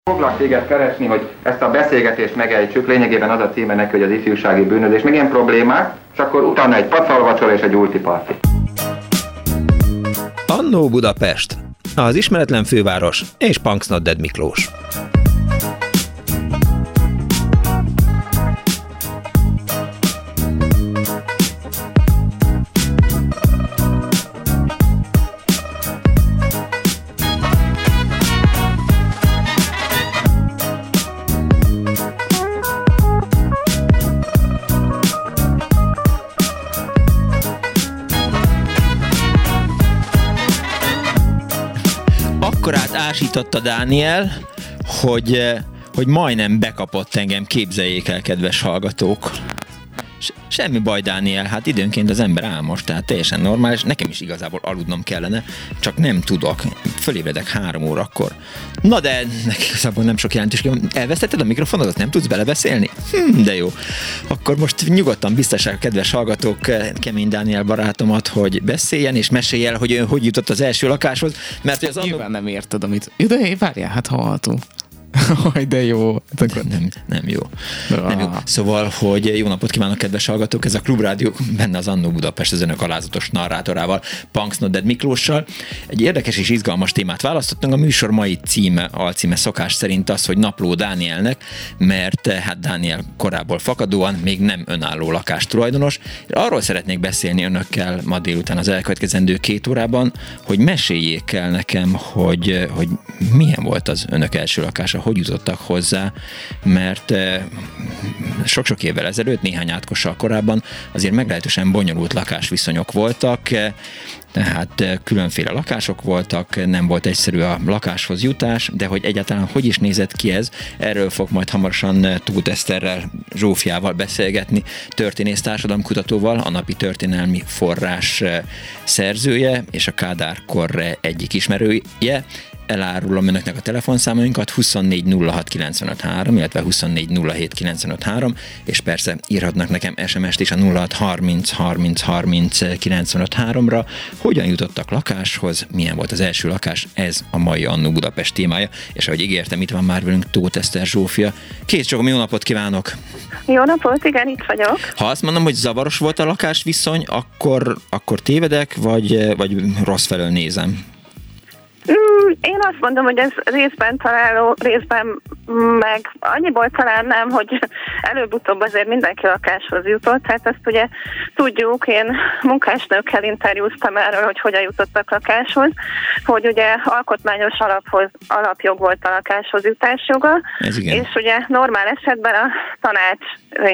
Foglak téged keresni, hogy ezt a beszélgetést megejtsük, lényegében az a címe neki, hogy az ifjúsági bűnözés, meg ilyen problémák, és akkor utána egy pacalvacsora és egy ultiparti. Annó Budapest, az ismeretlen főváros és Punks Not Dead Miklós. Akkor átásította Dániel, hogy majdnem bekapott engem, képzeljék el, kedves hallgatók. Semmi baj, Dániel, hát időnként az ember álmos, tehát teljesen normális, nekem is igazából aludnom kellene, csak nem tudok. Fölébredek 3 órakor. Na de neki igazából nem sok jelentős. Elvesztetted a mikrofonodat, nem tudsz belebeszélni? De jó. Akkor most nyugodtan biztassák a kedves hallgatók Kemény Dániel barátomat, hogy beszéljen és mesélj el, hogy hogy jutott az első lakáshoz, mert az nyilván nem érted, amit... De várjál, hát hallható. De jó. Nem jó. Nem jó. Szóval, hogy jó napot kívánok, kedves hallgatók, ez a Klubrádió, benne az Annó Budapest az önök alázatos narrátorával, Punks Not Dead Miklóssal. Egy érdekes és izgalmas témát választottunk. A műsor mai alcíme szokás szerint az, hogy napló Dánielnek, mert hát Dániel korából fakadóan még nem önálló lakástulajdonos. Arról szeretnék beszélni önökkel ma délután az elkövetkezendő 2 órában, hogy meséljék el nekem, hogy milyen volt az önök első lakása, hogy jutottak hozzá, mert sok-sok évvel ezelőtt, néhány átkossal korábban azért meglehetősen bonyolult lakásviszonyok voltak, tehát különféle lakások voltak, nem volt egyszerű a lakáshoz jutás, de hogy egyáltalán hogy is nézett ki ez, erről fog majd hamarosan Tóth Eszterrel, Zsófiával beszélgetni, történész társadalomkutatóval, a Napi Történelmi Forrás szerzője és a Kádár-kor egyik ismerője. Elárulom önöknek a telefonszámainkat 24 06 95 3, illetve 24 07 95 3, és persze írhatnak nekem SMS-t is a 06 30 30 30 95 3-ra. Hogyan jutottak lakáshoz, milyen volt az első lakás, ez a mai Annó Budapest témája, és ahogy ígértem, itt van már velünk Tóth Eszter Zsófia. Kész csogom, jó napot kívánok! Jó napot, igen, itt vagyok. Ha azt mondom, hogy zavaros volt a lakásviszony, akkor tévedek, vagy rossz felől nézem? Én azt mondom, hogy ez részben találó, részben meg annyiból talán nem, hogy előbb-utóbb azért mindenki lakáshoz jutott. Hát ezt ugye tudjuk, én munkásnőkkel interjúztam erről, hogy hogyan jutottak lakáshoz, hogy ugye alkotmányos alapjog volt a lakáshoz jutásjoga, és ugye normál esetben a tanács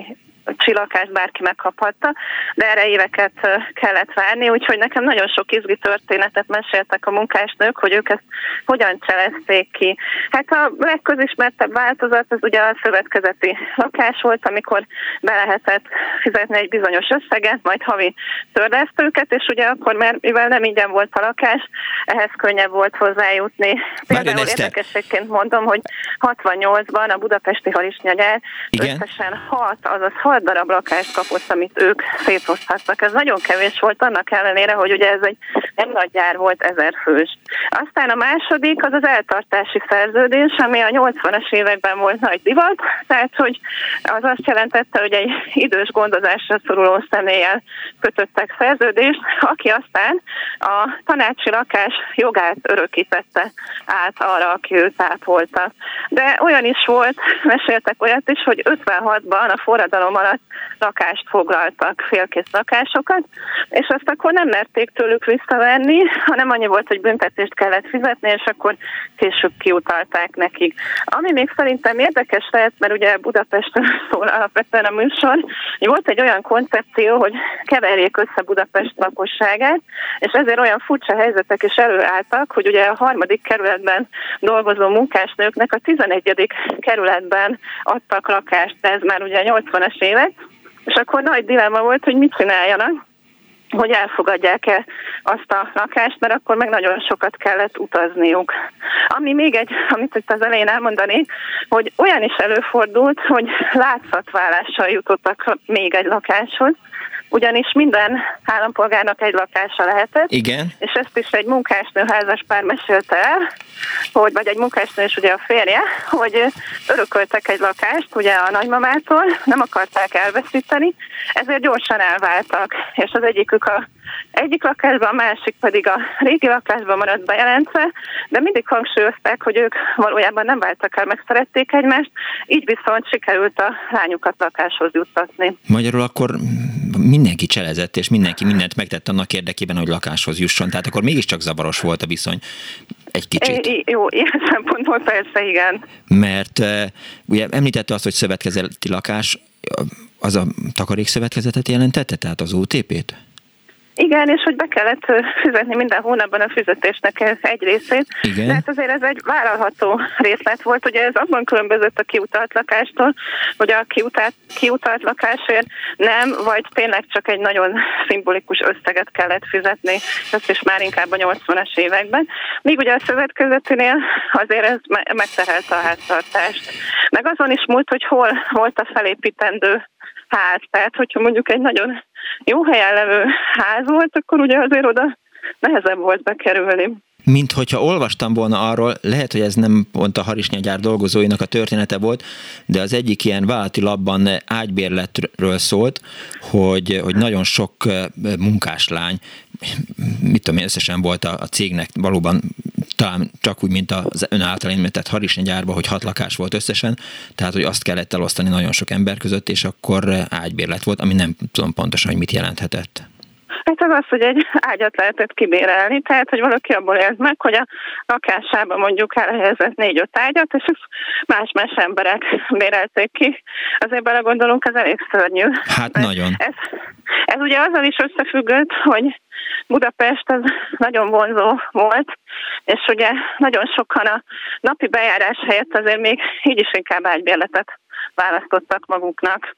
lakást bárki megkaphatta, de erre éveket kellett várni, úgyhogy nekem nagyon sok izgi történetet meséltek a munkásnők, hogy ők ezt hogyan cselezték ki. Hát a legközismertebb változat az ugye a szövetkezeti lakás volt, amikor be lehetett fizetni egy bizonyos összeget, majd havi törlesztőket, és ugye akkor, mert mivel nem ingyen volt a lakás, ehhez könnyebb volt hozzájutni. Például érdekességként mondom, hogy 68-ban a budapesti Harisnyanyár összesen 6 darab lakást kapott, amit ők széthozhattak. Ez nagyon kevés volt, annak ellenére, hogy ugye ez egy nem nagy gyár volt, 1000 fős. Aztán a második az az eltartási szerződés, ami a 80-as években volt nagy divat, tehát hogy az azt jelentette, hogy egy idős gondozásra szoruló személlyel kötöttek szerződést, aki aztán a tanácsi lakás jogát örökítette át arra, aki őt ápolta. De olyan is volt, meséltek olyat is, hogy 56-ban a forradalom alatt lakást foglaltak, félkész lakásokat, és azt akkor nem merték tőlük visszavenni, hanem annyi volt, hogy büntetést kellett fizetni, és akkor később kiutalták nekik. Ami még szerintem érdekes lehet, mert ugye Budapesten szól alapvetően a műsor, hogy volt egy olyan koncepció, hogy keverjék össze Budapest lakosságát, és ezért olyan furcsa helyzetek is előálltak, hogy ugye a 3. kerületben dolgozó munkásnőknek a 11. kerületben adtak lakást, ez már ugye a 80-as évek, és akkor nagy dilemma volt, hogy mit csináljanak, hogy elfogadják-e azt a lakást, mert akkor meg nagyon sokat kellett utazniuk. Ami még amit itt az elején elmondani, hogy olyan is előfordult, hogy látszatválással jutottak még egy lakáshoz, ugyanis minden állampolgárnak egy lakása lehetett. Igen. És ezt is egy munkásnő házaspár mesélte el, vagy egy munkásnő és ugye a férje, hogy örököltek egy lakást ugye a nagymamától, nem akarták elveszíteni, ezért gyorsan elváltak, és az egyikük egyik lakásban, a másik pedig a régi lakásban maradt bejelentve, de mindig hangsúlyozták, hogy ők valójában nem váltak el, meg szerették egymást, így viszont sikerült a lányukat lakáshoz juttatni. Magyarul akkor mindenki cselezett, és mindenki mindent megtett annak érdekében, hogy lakáshoz jusson, tehát akkor mégiscsak zavaros volt a viszony egy kicsit. Jó, ilyen szempontból persze, igen. Mert ugye említette azt, hogy szövetkezeti lakás, az a takarékszövetkezetet jelentette, tehát az OTP-t? Igen, és hogy be kellett fizetni minden hónapban a fizetésnek egy részét. Igen. De hát azért ez egy vállalható részlet volt, ugye ez abban különbözött a kiutalt lakástól, hogy a kiutalt lakásért nem, vagy tényleg csak egy nagyon szimbolikus összeget kellett fizetni, ezt is már inkább a 80-as években. Míg ugye a szövetkezetinél azért ez megterhelte a háztartást. Meg azon is múlt, hogy hol volt a felépítendő ház. Tehát, hogyha mondjuk egy nagyon jó helyen levő ház volt, akkor ugye azért oda nehezebb volt bekerülni. Mint hogyha olvastam volna arról, lehet, hogy ez nem pont a harisnyagyár dolgozóinak a története volt, de az egyik ilyen vállalati labban ágybérletről szólt, hogy nagyon sok munkáslány, mit tudom én, összesen volt a cégnek valóban talán csak úgy, mint az ön által említett harisnyagyárban, hogy 6 lakás volt összesen, tehát hogy azt kellett elosztani nagyon sok ember között, és akkor ágybérlet volt, ami nem tudom pontosan, hogy mit jelenthetett. Hát az, hogy egy ágyat lehetett kibérelni, tehát hogy valaki abból élt meg, hogy a lakásában mondjuk elhelyezett 4-5 ágyat, és más-más emberek bérelték ki. Azért belegondolunk, ez elég szörnyű. Hát nagyon. Ez ugye azzal is összefüggött, hogy Budapest az nagyon vonzó volt, és ugye nagyon sokan a napi bejárás helyett azért még így is inkább ágybérletet választottak maguknak,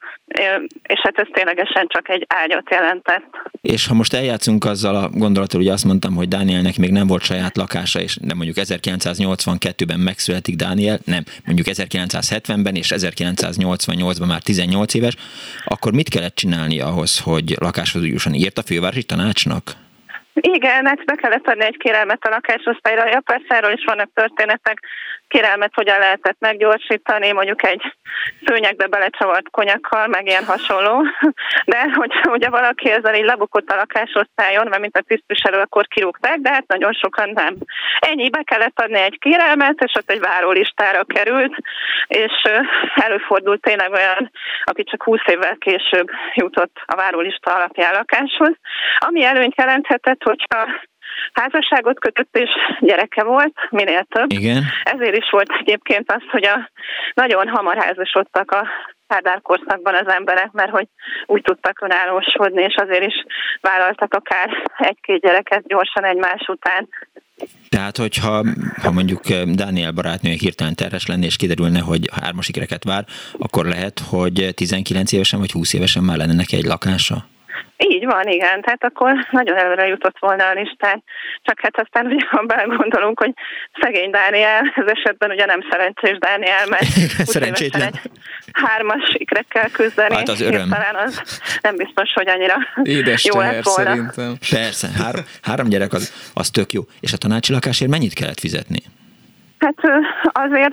és hát ez ténylegesen csak egy ágyat jelentett. És ha most eljátszunk azzal a gondolattal, ugye azt mondtam, hogy Dánielnek még nem volt saját lakása, és de mondjuk 1982-ben megszületik Dániel, nem, mondjuk 1970-ben és 1988-ban már 18 éves, akkor mit kellett csinálni ahhoz, hogy lakáshoz jusson? Írt a fővárosi tanácsnak? Igen, hát be kellett adni egy kérelmet a lakásosztályra. Ja, persze erről is vannak történetek, kérelmet hogyan lehetett meggyorsítani, mondjuk egy szőnyegbe belecsavart konyakkal, meg ilyen hasonló. De hogyha valaki ezzel így lebukott a lakásosztályon, mert mint a tisztviselő, akkor kirúgták, de hát nagyon sokan nem. Ennyi, be kellett adni egy kérelmet, és ott egy várólistára került, és előfordult tényleg olyan, aki csak 20 évvel később jutott a várólista alapján lakáshoz. Ami előnyt jelenthetett, hogyha házasságot kötött és gyereke volt, minél több. Igen. Ezért is volt egyébként az, hogy nagyon hamar házasodtak a Kádár korszakban az emberek, mert hogy úgy tudtak önállósodni, és azért is vállaltak akár 1-2 gyereket gyorsan egymás után. Tehát, hogyha mondjuk Dániel barátnője hirtelen terhes lenne, és kiderülne, hogy 3 ikreket vár, akkor lehet, hogy 19 évesen vagy 20 évesen már lenne neki egy lakása? Így van, igen, tehát akkor nagyon előre jutott volna a listán. Csak hát aztán ugye, ha belegondolunk, hogy szegény Dániel, ez esetben ugye nem szerencsés Dániel, mert szerencsétlen. Egy 3-as ikrekkel küzdeni, hát az öröm. Talán az nem biztos, hogy annyira édes jó lett volna. Szerintem. Persze, 3 gyerek az tök jó. És a tanácsi lakásért mennyit kellett fizetni? Hát azért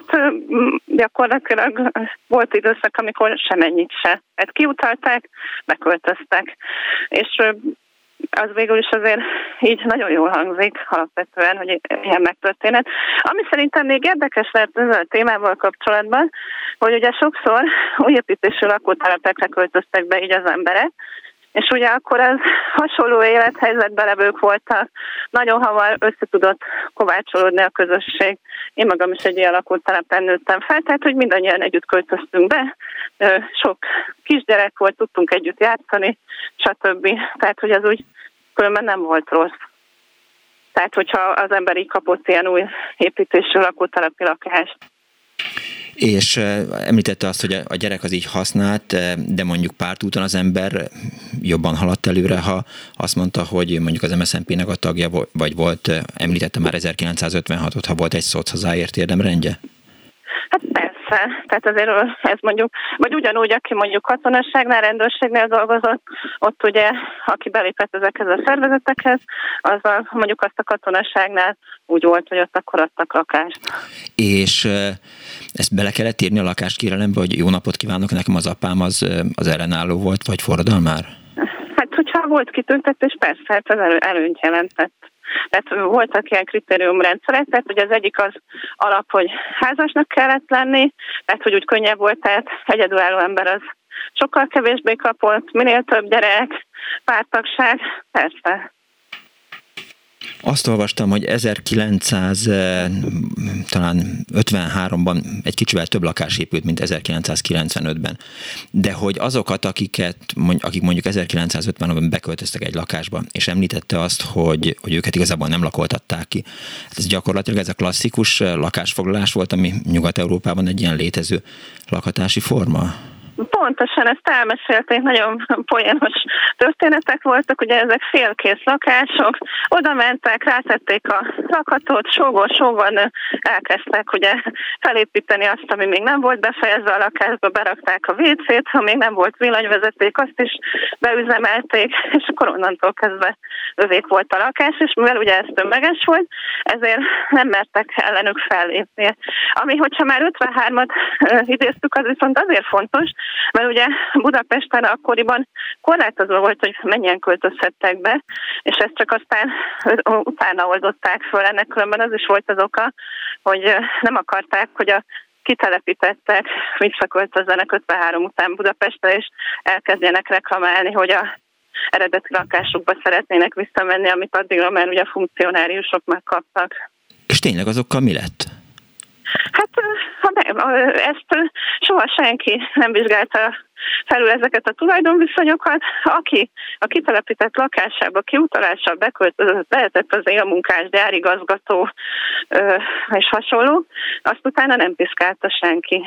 gyakorlatilag volt időszak, amikor semennyit se. Hát kiutalták, beköltöztek. És az végül is azért így nagyon jól hangzik alapvetően, hogy ilyen megtörténet. Ami szerintem még érdekes lehet ezzel a témával kapcsolatban, hogy ugye sokszor új építésű lakótelepekre költöztek be így az emberek, és ugye akkor az hasonló élethelyzetben levők voltak, nagyon hamar összetudott kovácsolódni a közösség. Én magam is egy ilyen lakótelepen nőttem fel, tehát hogy mindannyian együtt költöztünk be, sok kisgyerek volt, tudtunk együtt játszani, stb. Tehát, hogy az úgy különben nem volt rossz. Tehát, hogyha az ember így kapott ilyen új építésű lakótelepi lakást. És említette azt, hogy a gyerek az így használt, de mondjuk pártúton az ember jobban haladt előre, ha azt mondta, hogy mondjuk az MSZNP-nek a tagja, vagy volt, említette már 1956-ot, ha volt egy szochazáért érdemrendje? Hát persze, Persze, tehát azért ez mondjuk, vagy ugyanúgy, aki mondjuk katonaságnál, rendőrségnél dolgozott, ott ugye, aki belépett ezekhez a szervezetekhez, azzal mondjuk azt a katonaságnál úgy volt, hogy ott akkor adtak lakást. És ezt bele kellett írni a lakáskérelembe, hogy jó napot kívánok, nekem az apám az ellenálló volt, vagy forradalmár? Hát, hogyha volt kitüntetés, persze, hát az előnyt jelentett. Tehát voltak ilyen kritériumrendszerek, tehát ugye az egyik az alap, hogy házasnak kellett lenni, tehát hogy úgy könnyebb volt, tehát egyedülálló ember az sokkal kevésbé kapott, minél több gyerek, pártagság, persze. Azt olvastam, hogy 1953-ban egy kicsivel több lakás épült, mint 1995-ben. De hogy azokat, akik mondjuk 1950-ben beköltöztek egy lakásba, és említette azt, hogy őket igazából nem lakoltatták ki. Hát ez gyakorlatilag ez a klasszikus lakásfoglalás volt, ami Nyugat-Európában egy ilyen létező lakhatási forma? Pontosan ezt elmesélték, nagyon poénos történetek voltak, ugye ezek félkész lakások, oda mentek, rátették a lakatot, sóban elkezdtek ugye felépíteni azt, ami még nem volt befejezve a lakásba, berakták a WC-t, ha még nem volt villanyvezeték, azt is beüzemelték, és akkor onnantól kezdve övék volt a lakás, és mivel ugye ez tömeges volt, ezért nem mertek ellenük fellépni. Ami, hogyha már 53-at idéztük, az viszont azért fontos, mert ugye Budapesten akkoriban korlátozó volt, hogy mennyien költözhettek be, és ezt csak aztán utána oldották föl. Ennek különben az is volt az oka, hogy nem akarták, hogy a kitelepítettek visszaköltözzenek 53 után Budapestre, és elkezdjenek reklamálni, hogy a eredeti lakásukba szeretnének visszamenni, amit addigra már ugye funkcionáriusok megkaptak. És tényleg azokkal mi lett? Hát ezt soha senki nem vizsgálta felül ezeket a tulajdonviszonyokat. Aki a kitelepített lakásába kiutalással beköltözött, lehetett az élmunkás, gyárigazgató és hasonló, azt utána nem piszkálta senki.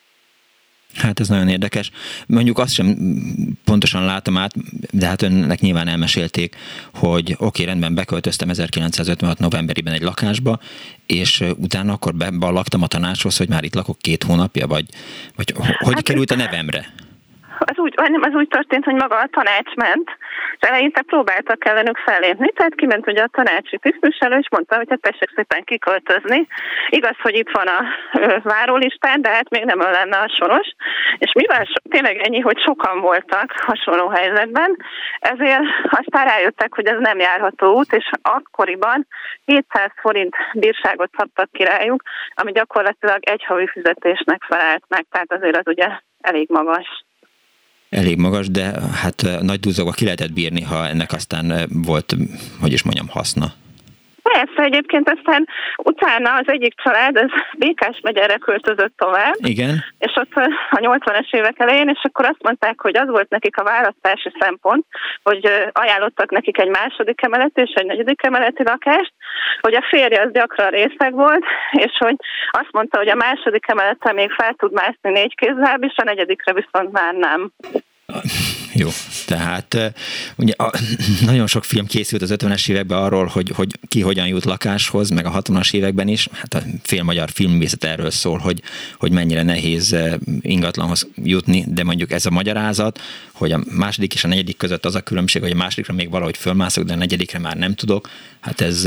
Hát ez nagyon érdekes. Mondjuk azt sem pontosan látom át, de hát önnek nyilván elmesélték, hogy oké, rendben, beköltöztem 1956 novemberében egy lakásba, és utána akkor beballagtam a tanácshoz, hogy már itt lakok 2 hónapja, vagy hogy hát került a nevemre? Az úgy történt, hogy maga a tanács ment, és eleinte próbáltak ellenük fellépni, tehát kiment ugye a tanácsi tisztviselő, és mondta, hogy hát tessék szépen kiköltözni. Igaz, hogy itt van a várólistán, de hát még nem ön lenne a soros, és mivel tényleg ennyi, hogy sokan voltak hasonló helyzetben, ezért aztán rájöttek, hogy ez nem járható út, és akkoriban 700 forint bírságot szabtak ki rájuk, ami gyakorlatilag egy havi fizetésnek felelt meg, tehát azért az ugye elég magas. Elég magas, de hát nagy duzzogva ki lehetett bírni, ha ennek aztán volt, hogy is mondjam, haszna. Persze, egyébként aztán utána az egyik család, ez Békás megyere költözött tovább. Igen. És ott a 80-es évek elején, és akkor azt mondták, hogy az volt nekik a választási szempont, hogy ajánlottak nekik egy 2. emeleti és egy 4. emeleti lakást, hogy a férje az gyakran részeg volt, és hogy azt mondta, hogy a 2. emeleten még fel tud mászni 4 kézláb, és a 4. viszont már nem. Jó, tehát ugye nagyon sok film készült az 50-es években arról, hogy ki hogyan jut lakáshoz, meg a 60-as években is. Hát a félmagyar filmművészet erről szól, hogy mennyire nehéz ingatlanhoz jutni, de mondjuk ez a magyarázat, hogy a 2. és a 4. között az a különbség, hogy a 2. még valahogy fölmászok, de a 4. már nem tudok. Hát ez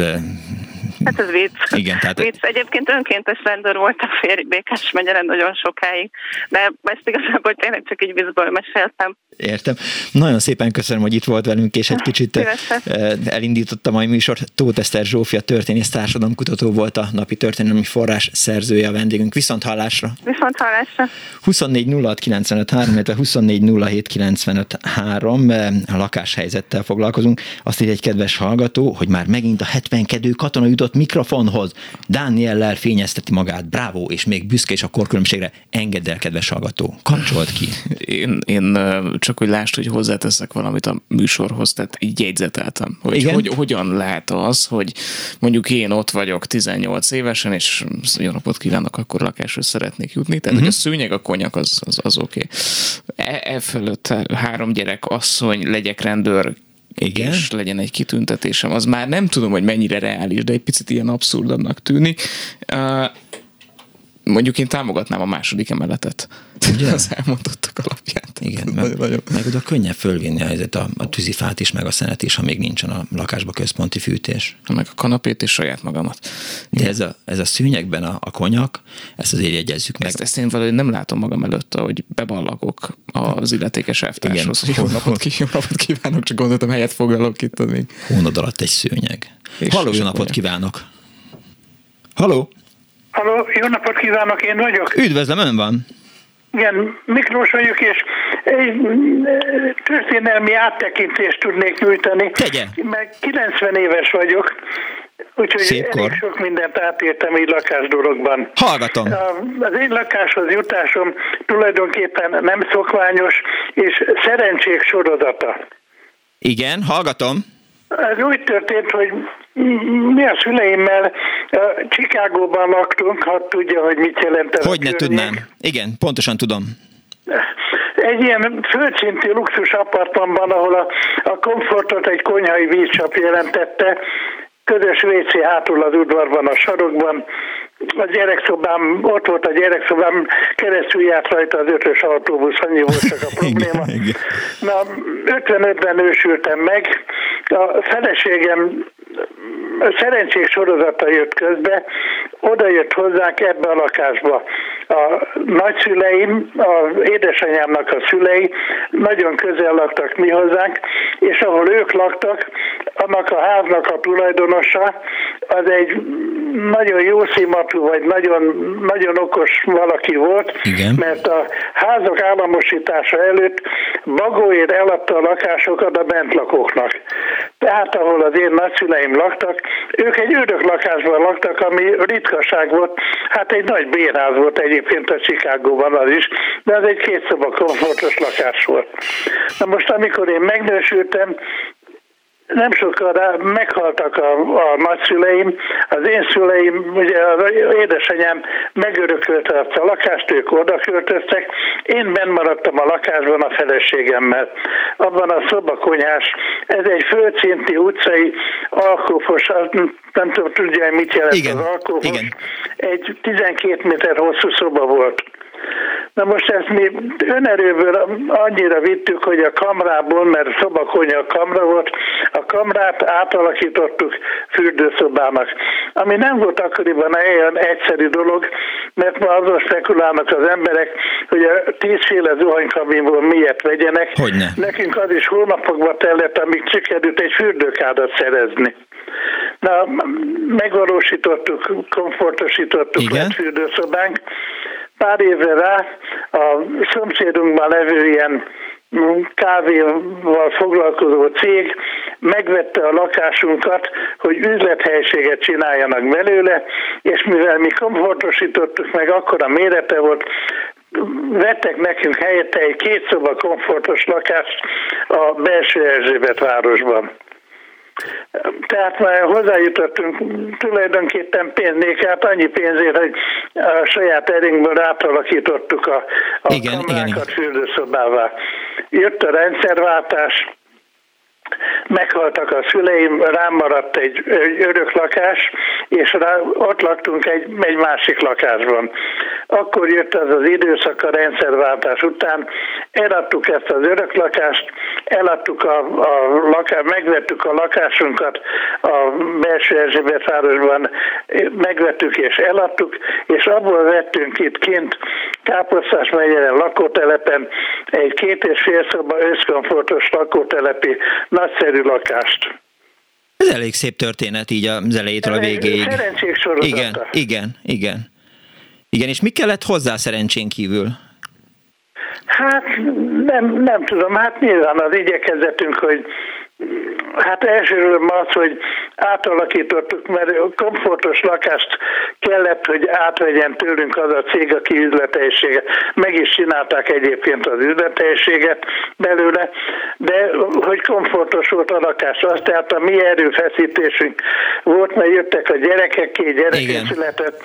vicc. Igen, tehát vicc. Egyébként önkéntes rendőr volt a férj Békás megyeren nagyon sokáig, de ezt igazából tényleg csak így viccből meséltem. Értem. Nagyon szépen köszönöm, hogy itt volt velünk, és egy kicsit elindította a mai műsor. Tóth Eszter Zsófia történész társadalomkutató volt, a Napi Történelmi Forrás szerzője a vendégünk. Viszont hallásra! Viszont hallásra! 24 06 95 3, illetve 24 07 95 3 a lakáshelyzettel foglalkozunk. Azt írja egy kedves hallgató, hogy már megint a 72 katona jutott mikrofonhoz. Dániellel fényezteti magát, bravo, és még büszke is a korkülönbségre. Engedd el, kedves hallgató. Kapcsolt ki! Én csak hogy lásd, hogy hozzáteszek valamit a műsorhoz, tehát így jegyzeteltem, hogy hogyan lehet az, hogy mondjuk én ott vagyok 18 évesen, és jó napot kívánok, akkor lakáshoz szeretnék jutni, tehát hogy a szőnyeg, a konyak az oké. Fölött 3 gyerek, asszony, legyek rendőr, igen, és legyen egy kitüntetésem, az már nem tudom, hogy mennyire reális, de egy picit ilyen abszurdannak tűnik. mondjuk én támogatnám a második emeletet. Ugye? Az elmondottak alapján. Igen, meg oda könnyebb fölvinni a tűzifát is, meg a szenet is, ha még nincsen a lakásba központi fűtés. Meg a kanapét és saját magamat. De ez a szűnyegben a konyak, ezt azért jegyezzük meg. Ezt én valahogy nem látom magam előtt, hogy beballagok az illetékes elvtárshoz. Jó napot kívánok, csak gondoltam, helyet foglalok itt még. Hónod alatt egy szőnyeg. Halló, jó napot kívánok! Halló! Halló, jó napot kívánok, én vagyok. Üdvözlöm, ön van. Igen, Miklós vagyok, és egy történelmi áttekintést tudnék nyújtani. Tegye. Mert 90 éves vagyok, úgyhogy elég sok mindent átértem így lakásdologban. Hallgatom. Az én lakáshoz jutásom tulajdonképpen nem szokványos, és szerencsék sorozata. Igen, hallgatom. Ez úgy történt, hogy mi a szüleimmel Chicagóban laktunk, ha tudja, hogy mit jelent ez. Hogy ne tudnám. Igen, pontosan tudom. Egy ilyen földszintű luxus apartmanban, ahol a komfortot egy konyhai vízcsap jelentette, közös WC hátul az udvarban, a sarokban, a gyerekszobám, ott volt a gyerekszobám, keresztül járt rajta az 5-ös autóbusz, annyi volt csak a probléma. Na, 55-ben nősültem meg, a feleségem szerencsés sorozata jött közbe, oda jött hozzánk ebbe a lakásba. A nagyszüleim, az édesanyámnak a szülei nagyon közel laktak mi hozzánk, és ahol ők laktak, annak a háznak a tulajdonosa, az egy nagyon jó színmatú, vagy nagyon, nagyon okos valaki volt, igen. Mert a házak államosítása előtt bagóért eladta a lakásokat a bentlakóknak. Tehát ahol az én nagyszüleim laktak, ők egy öröklakásban laktak, ami ritkaság volt. Hát egy nagy bérház volt egyébként a Chicagóban az is, de az egy 2 szoba komfortos lakás volt. Na most, amikor én megnősültem, nem sokkal meghaltak a nagyszüleim, az én szüleim, ugye az édesanyám megörökölte azt a lakást, ők oda költöztek, én benn maradtam a lakásban a feleségemmel. Abban a szobakonyhás, ez egy földszinti utcai alkófos, nem tudom, tudja, mit jelent igen, az alkófos, igen. Egy 12 méter hosszú szoba volt. Na most ezt mi önerőből annyira vittük, hogy a kamrából, mert szobakonyha a kamra volt, a kamrát átalakítottuk fürdőszobának. Ami nem volt akkoriban olyan egyszerű dolog, mert ma azon spekulálnak az emberek, hogy a 10 féle zuhanykabinból miért vegyenek. Hogyne. Nekünk az is hónapokba tellett, amíg sikerült egy fürdőkádat szerezni. Na, megvalósítottuk, komfortosítottuk a fürdőszobánk. Pár évre rá a szomszédunkban levő ilyen kávéval foglalkozó cég megvette a lakásunkat, hogy üzlethelyiséget csináljanak belőle, és mivel mi komfortosítottuk meg, akkora mérete volt, vettek nekünk helyette egy 2 szoba komfortos lakást a belső Erzsébet városban. Tehát már hozzájutottunk tulajdonképpen pénznék, hát annyi pénzért, hogy a saját erőnkből átalakítottuk a kamrákat fürdőszobává. Jött a rendszerváltás, meghaltak a szüleim, rám maradt egy örök lakás, és ott laktunk egy másik lakásban. Akkor jött az időszak a rendszerváltás után, eladtuk ezt az örök lakást, eladtuk megvettük a lakásunkat a belső Erzsébetvárosban, megvettük és eladtuk, és abból vettünk itt kint Káposztás megyeren lakótelepen egy 2,5 szoba összkomfortos lakótelepi nagyszerű lakást. Ez elég szép történet így az elejétől a végéig. Szerencsék sorozata. Igen, és mi kellett hozzá szerencsén kívül? Hát nem tudom, hát nyilván az igyekezetünk, hogy hát elsősorban az, hogy átalakítottuk, mert komfortos lakást kellett, hogy átvegyen tőlünk az a cég, aki üzlethelyiséget. Meg is csinálták egyébként az üzlethelyiséget belőle, de hogy komfortos volt a lakás. Az tehát a mi erőfeszítésünk volt, mert jöttek a gyerekek, 2 gyerek született,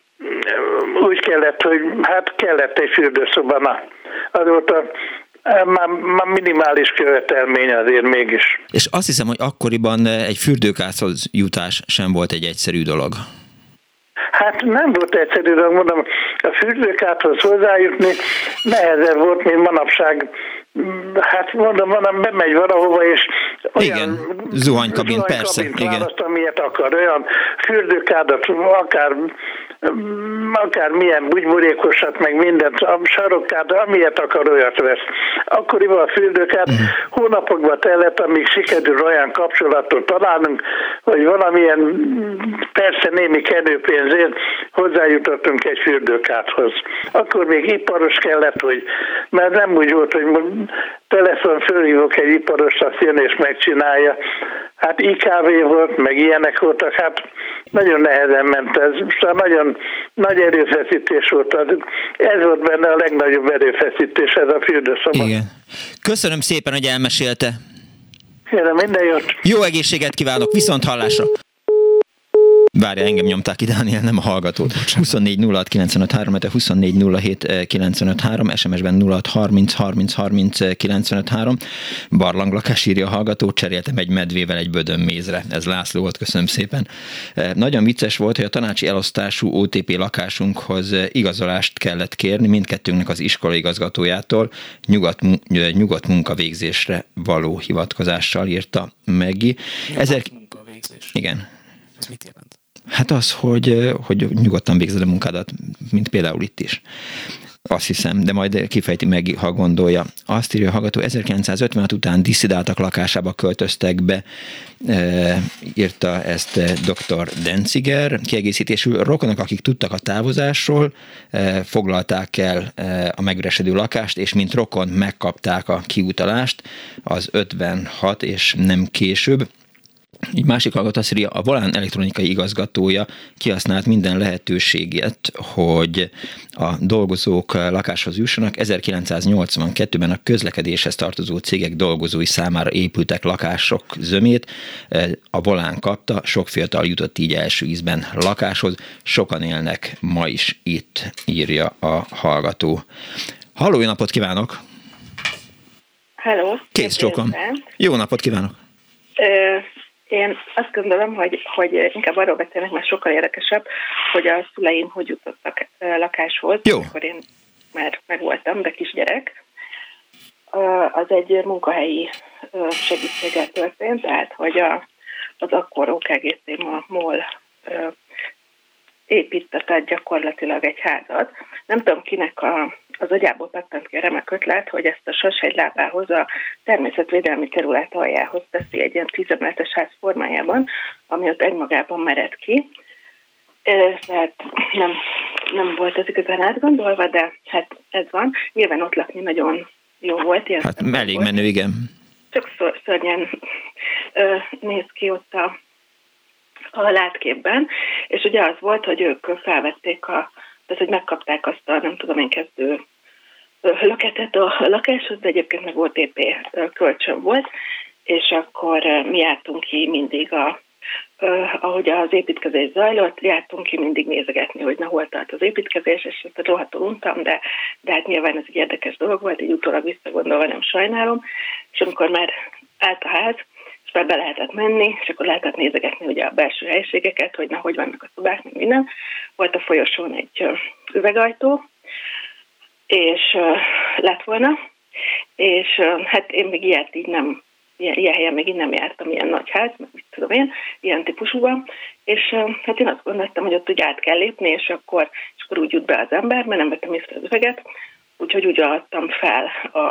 úgy kellett, hogy hát kellett egy fürdőszoba. Azóta már minimális követelmény azért mégis. És azt hiszem, hogy akkoriban egy fürdőkádhoz jutás sem volt egy egyszerű dolog. Hát nem volt egyszerű, de mondom, a fürdőkádhoz hozzájutni nehezebb volt, mint manapság. Hát mondom, bemegy valahova, és olyan zuhanykabin, persze, választ, amilyet akar, olyan fürdőkádat, akár milyen bugyborékosat, meg mindent, a sarokkád, amilyet akar, olyat vesz. Akkoriban a fürdőkád hónapokba tellett, amíg sikerül olyan kapcsolatot találnunk, hogy valamilyen, persze némi kenőpénzért hozzájutottunk egy fürdőkádhoz. Akkor még iparos kellett, hogy, mert nem úgy volt, hogy telefon fölhívok egy iparost, azt jön és megcsinálja. Hát IKV volt, meg ilyenek voltak, hát nagyon nehezen ment ez. Szóval nagyon nagy erőfeszítés volt. Ez volt benne a legnagyobb erőfeszítés, ez a fürdőszoba. Igen. Köszönöm szépen, hogy elmesélte. Kérem, minden jót. Jó egészséget kívánok, viszont hallásra. Várja, engem nyomták ide, Dániel, nem a hallgatót. 24 06 95 3, 24 07 95 3, SMS-ben 06 30 30 30 95 3. Barlanglakás, írja a hallgató, cseréltem egy medvével egy bödönmézre. Ez László volt, köszönöm szépen. Nagyon vicces volt, hogy a tanácsi elosztású OTP lakásunkhoz igazolást kellett kérni mindkettőnknek az iskolaigazgatójától nyugodt munkavégzésre való hivatkozással, írta Meggi. Igen. Ez mit jelent? Hát az, hogy nyugodtan végzed a munkádat, mint például itt is. Azt hiszem, de majd kifejti meg, ha gondolja. Azt írja a hallgató, 1956 után disszidáltak lakásába költöztek be, írta ezt dr. Denciger. Kiegészítésül rokonok, akik tudtak a távozásról, foglalták el a megüresedő lakást, és mint rokon megkapták a kiutalást, az 56 és nem később. Egy másik hallgató azt írja, a Volán elektronikai igazgatója kihasznált minden lehetőséget, hogy a dolgozók lakáshoz jussanak. 1982-ben a közlekedéshez tartozó cégek dolgozói számára épültek lakások zömét. A Volán kapta, sok fiatal jutott így első ízben lakáshoz. Sokan élnek ma is itt, írja a hallgató. Halló, jó napot kívánok! Hello! Kész csókom! Jó napot kívánok! Én azt gondolom, hogy inkább arról beszélnek, mert sokkal érdekesebb, hogy a szüleim hogy jutottak lakáshoz. Jó. Amikor én már megvoltam, de kisgyerek. Az egy munkahelyi segítséggel történt, tehát hogy az akkor OKGC MOL építetett gyakorlatilag egy házat. Nem tudom, kinek az agyából pattant ki a remek ötlet, hogy ezt a Sashegylábához, a természetvédelmi terület aljához teszi egy ilyen 10 emeletes ház formájában, ami ott egymagában mered ki. Tehát nem volt ez igazán átgondolva, de hát ez van. Nyilván ott lakni nagyon jó volt. Hát elég menő, igen. Csak szörnyen néz ki ott a látképben, és ugye az volt, hogy ők felvették tehát, hogy megkapták azt a, nem tudom én, kezdő löketet a lakáshoz, de egyébként meg OTP kölcsön volt, és akkor mi jártunk ki mindig, ahogy az építkezés zajlott, jártunk ki mindig nézegetni, hogy hol tart az építkezés, és ezt rohadtul untam, de hát nyilván ez egy érdekes dolog volt, így utólag visszagondolva nem sajnálom, és amikor már állt a ház, és már be lehetett menni, és akkor lehetett nézegetni ugye a belső helyiségeket, hogy hogy vannak a szobák, meg minden. Volt a folyosón egy üvegajtó, és lett volna, és hát én még ilyet így nem, ilyen helyen még így nem jártam, ilyen nagy ház, meg mit tudom én, ilyen típusúban, és hát én azt gondoltam, hogy ott úgy át kell lépni, és akkor úgy jut be az ember, mert nem vettem észre az üveget, úgyhogy úgy adtam fel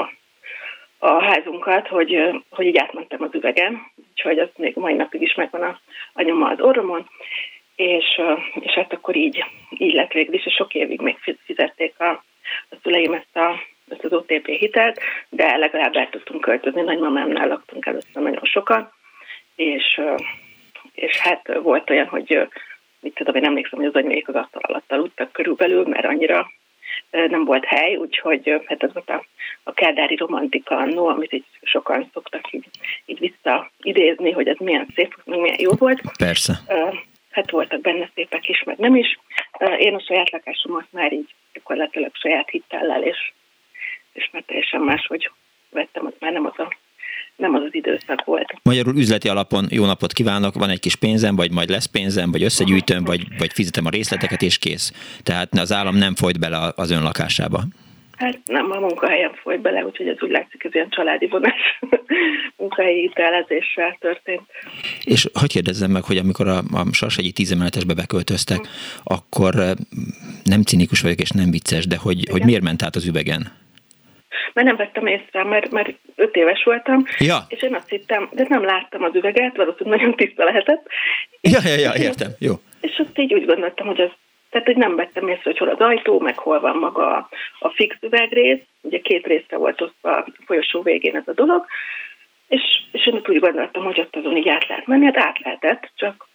a házunkat, hogy így átmentem az üvegen, úgyhogy az még mai napig is megvan a nyoma az orromon, és hát akkor így lett végül is, és sok évig még fizették a szüleim ezt az OTP hitelt, de legalább el tudtunk költözni, nagymamámnál laktunk először nagyon sokan, és hát volt olyan, hogy mit tudom, én emlékszem, hogy az anyuék az asztal alatt aludtak körülbelül, mert annyira nem volt hely, úgyhogy hát ez volt a kádári romantika annó, amit így sokan szoktak így visszaidézni, hogy ez milyen szép, meg milyen jó volt. Persze. Hát voltak benne szépek is, meg nem is. Én a saját lakásomat már így gyakorlatilag saját hitellel, és már teljesen máshogy vettem, az már nem az a nem az az időszak volt. Magyarul üzleti alapon jó napot kívánok, van egy kis pénzem, vagy majd lesz pénzem, vagy összegyűjtöm, vagy fizetem a részleteket, és kész. Tehát az állam nem folyt bele az ön lakásába. Hát nem, a munkahelyen folyt bele, úgyhogy ez úgy látszik, ez ilyen családi vonás munkahelyi hitelezéssel történt. És hogy kérdezzem meg, hogy amikor a Sarsegyi 10 emeletesbe beköltöztek, akkor nem cinikus vagyok, és nem vicces, de hogy miért ment át az üvegen? Mert nem vettem észre, mert 5 éves voltam, ja. És én azt hittem, de nem láttam az üveget, valószínűleg nagyon tiszta lehetett. Ja, értem, jó. És azt így úgy gondoltam, hogy tehát, hogy nem vettem észre, hogy hol az ajtó, meg hol van maga a fix üvegrész. Ugye 2 részre volt osztva a folyosó végén ez a dolog, és én úgy gondoltam, hogy ott azon így át lehet menni, hát át lehetett, csak...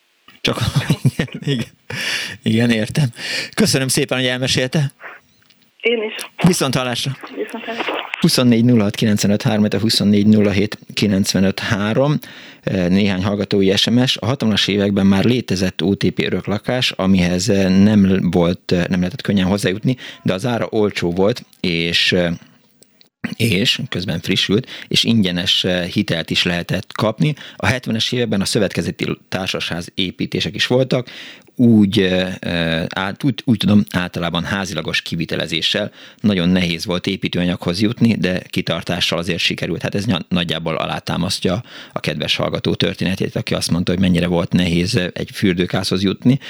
Igen, értem. Köszönöm szépen, hogy elmesélte. Én is. Viszont hallásra. 24 06 95 3, 24 07 95 3. Néhány hallgatói SMS. A 60-as években már létezett OTP öröklakás, amihez nem lehetett könnyen hozzájutni, de az ára olcsó volt, és közben frissült, és ingyenes hitelt is lehetett kapni. A 70-es években a szövetkezeti társasház építések is voltak, úgy tudom, általában házilagos kivitelezéssel. Nagyon nehéz volt építőanyaghoz jutni, de kitartással azért sikerült. Hát ez nagyjából alátámasztja a kedves hallgató történetét, aki azt mondta, hogy mennyire volt nehéz egy fürdőkádhoz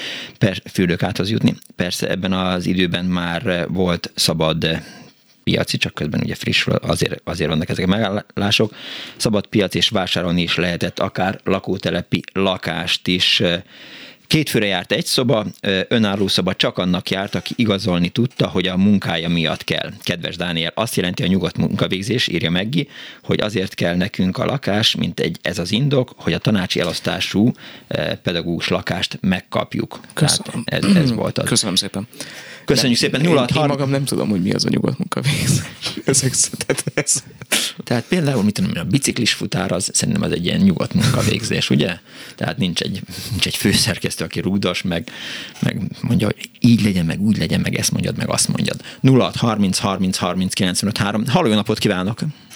jutni. Persze ebben az időben már volt szabad piaci, csak közben ugye frissül, azért vannak ezek a megállások. Szabad piac, és vásárolni is lehetett akár lakótelepi lakást is. 2 főre járt egy szoba, önálló szoba csak annak járt, aki igazolni tudta, hogy a munkája miatt kell. Kedves Dániel, azt jelenti a nyugodt munkavégzés, írja Meggi, hogy azért kell nekünk a lakás, mint ez az indok, hogy a tanácsi elosztású pedagógus lakást megkapjuk. Köszönöm. Tehát ez volt az. Köszönöm szépen. Köszönjük szépen. Én magam nem tudom, hogy mi az a nyugodt munkavégzés. Tehát például, mit tudom, a biciklis futár, az szerintem az egy ilyen nyugodt munkavégzés, ugye? Tehát nincs egy főszerkesztő, aki rúgdos, meg mondja, hogy így legyen, meg úgy legyen, meg ezt mondjad, meg azt mondjad. 06 30 30 30 95 3. Halló, jó napot kívánok!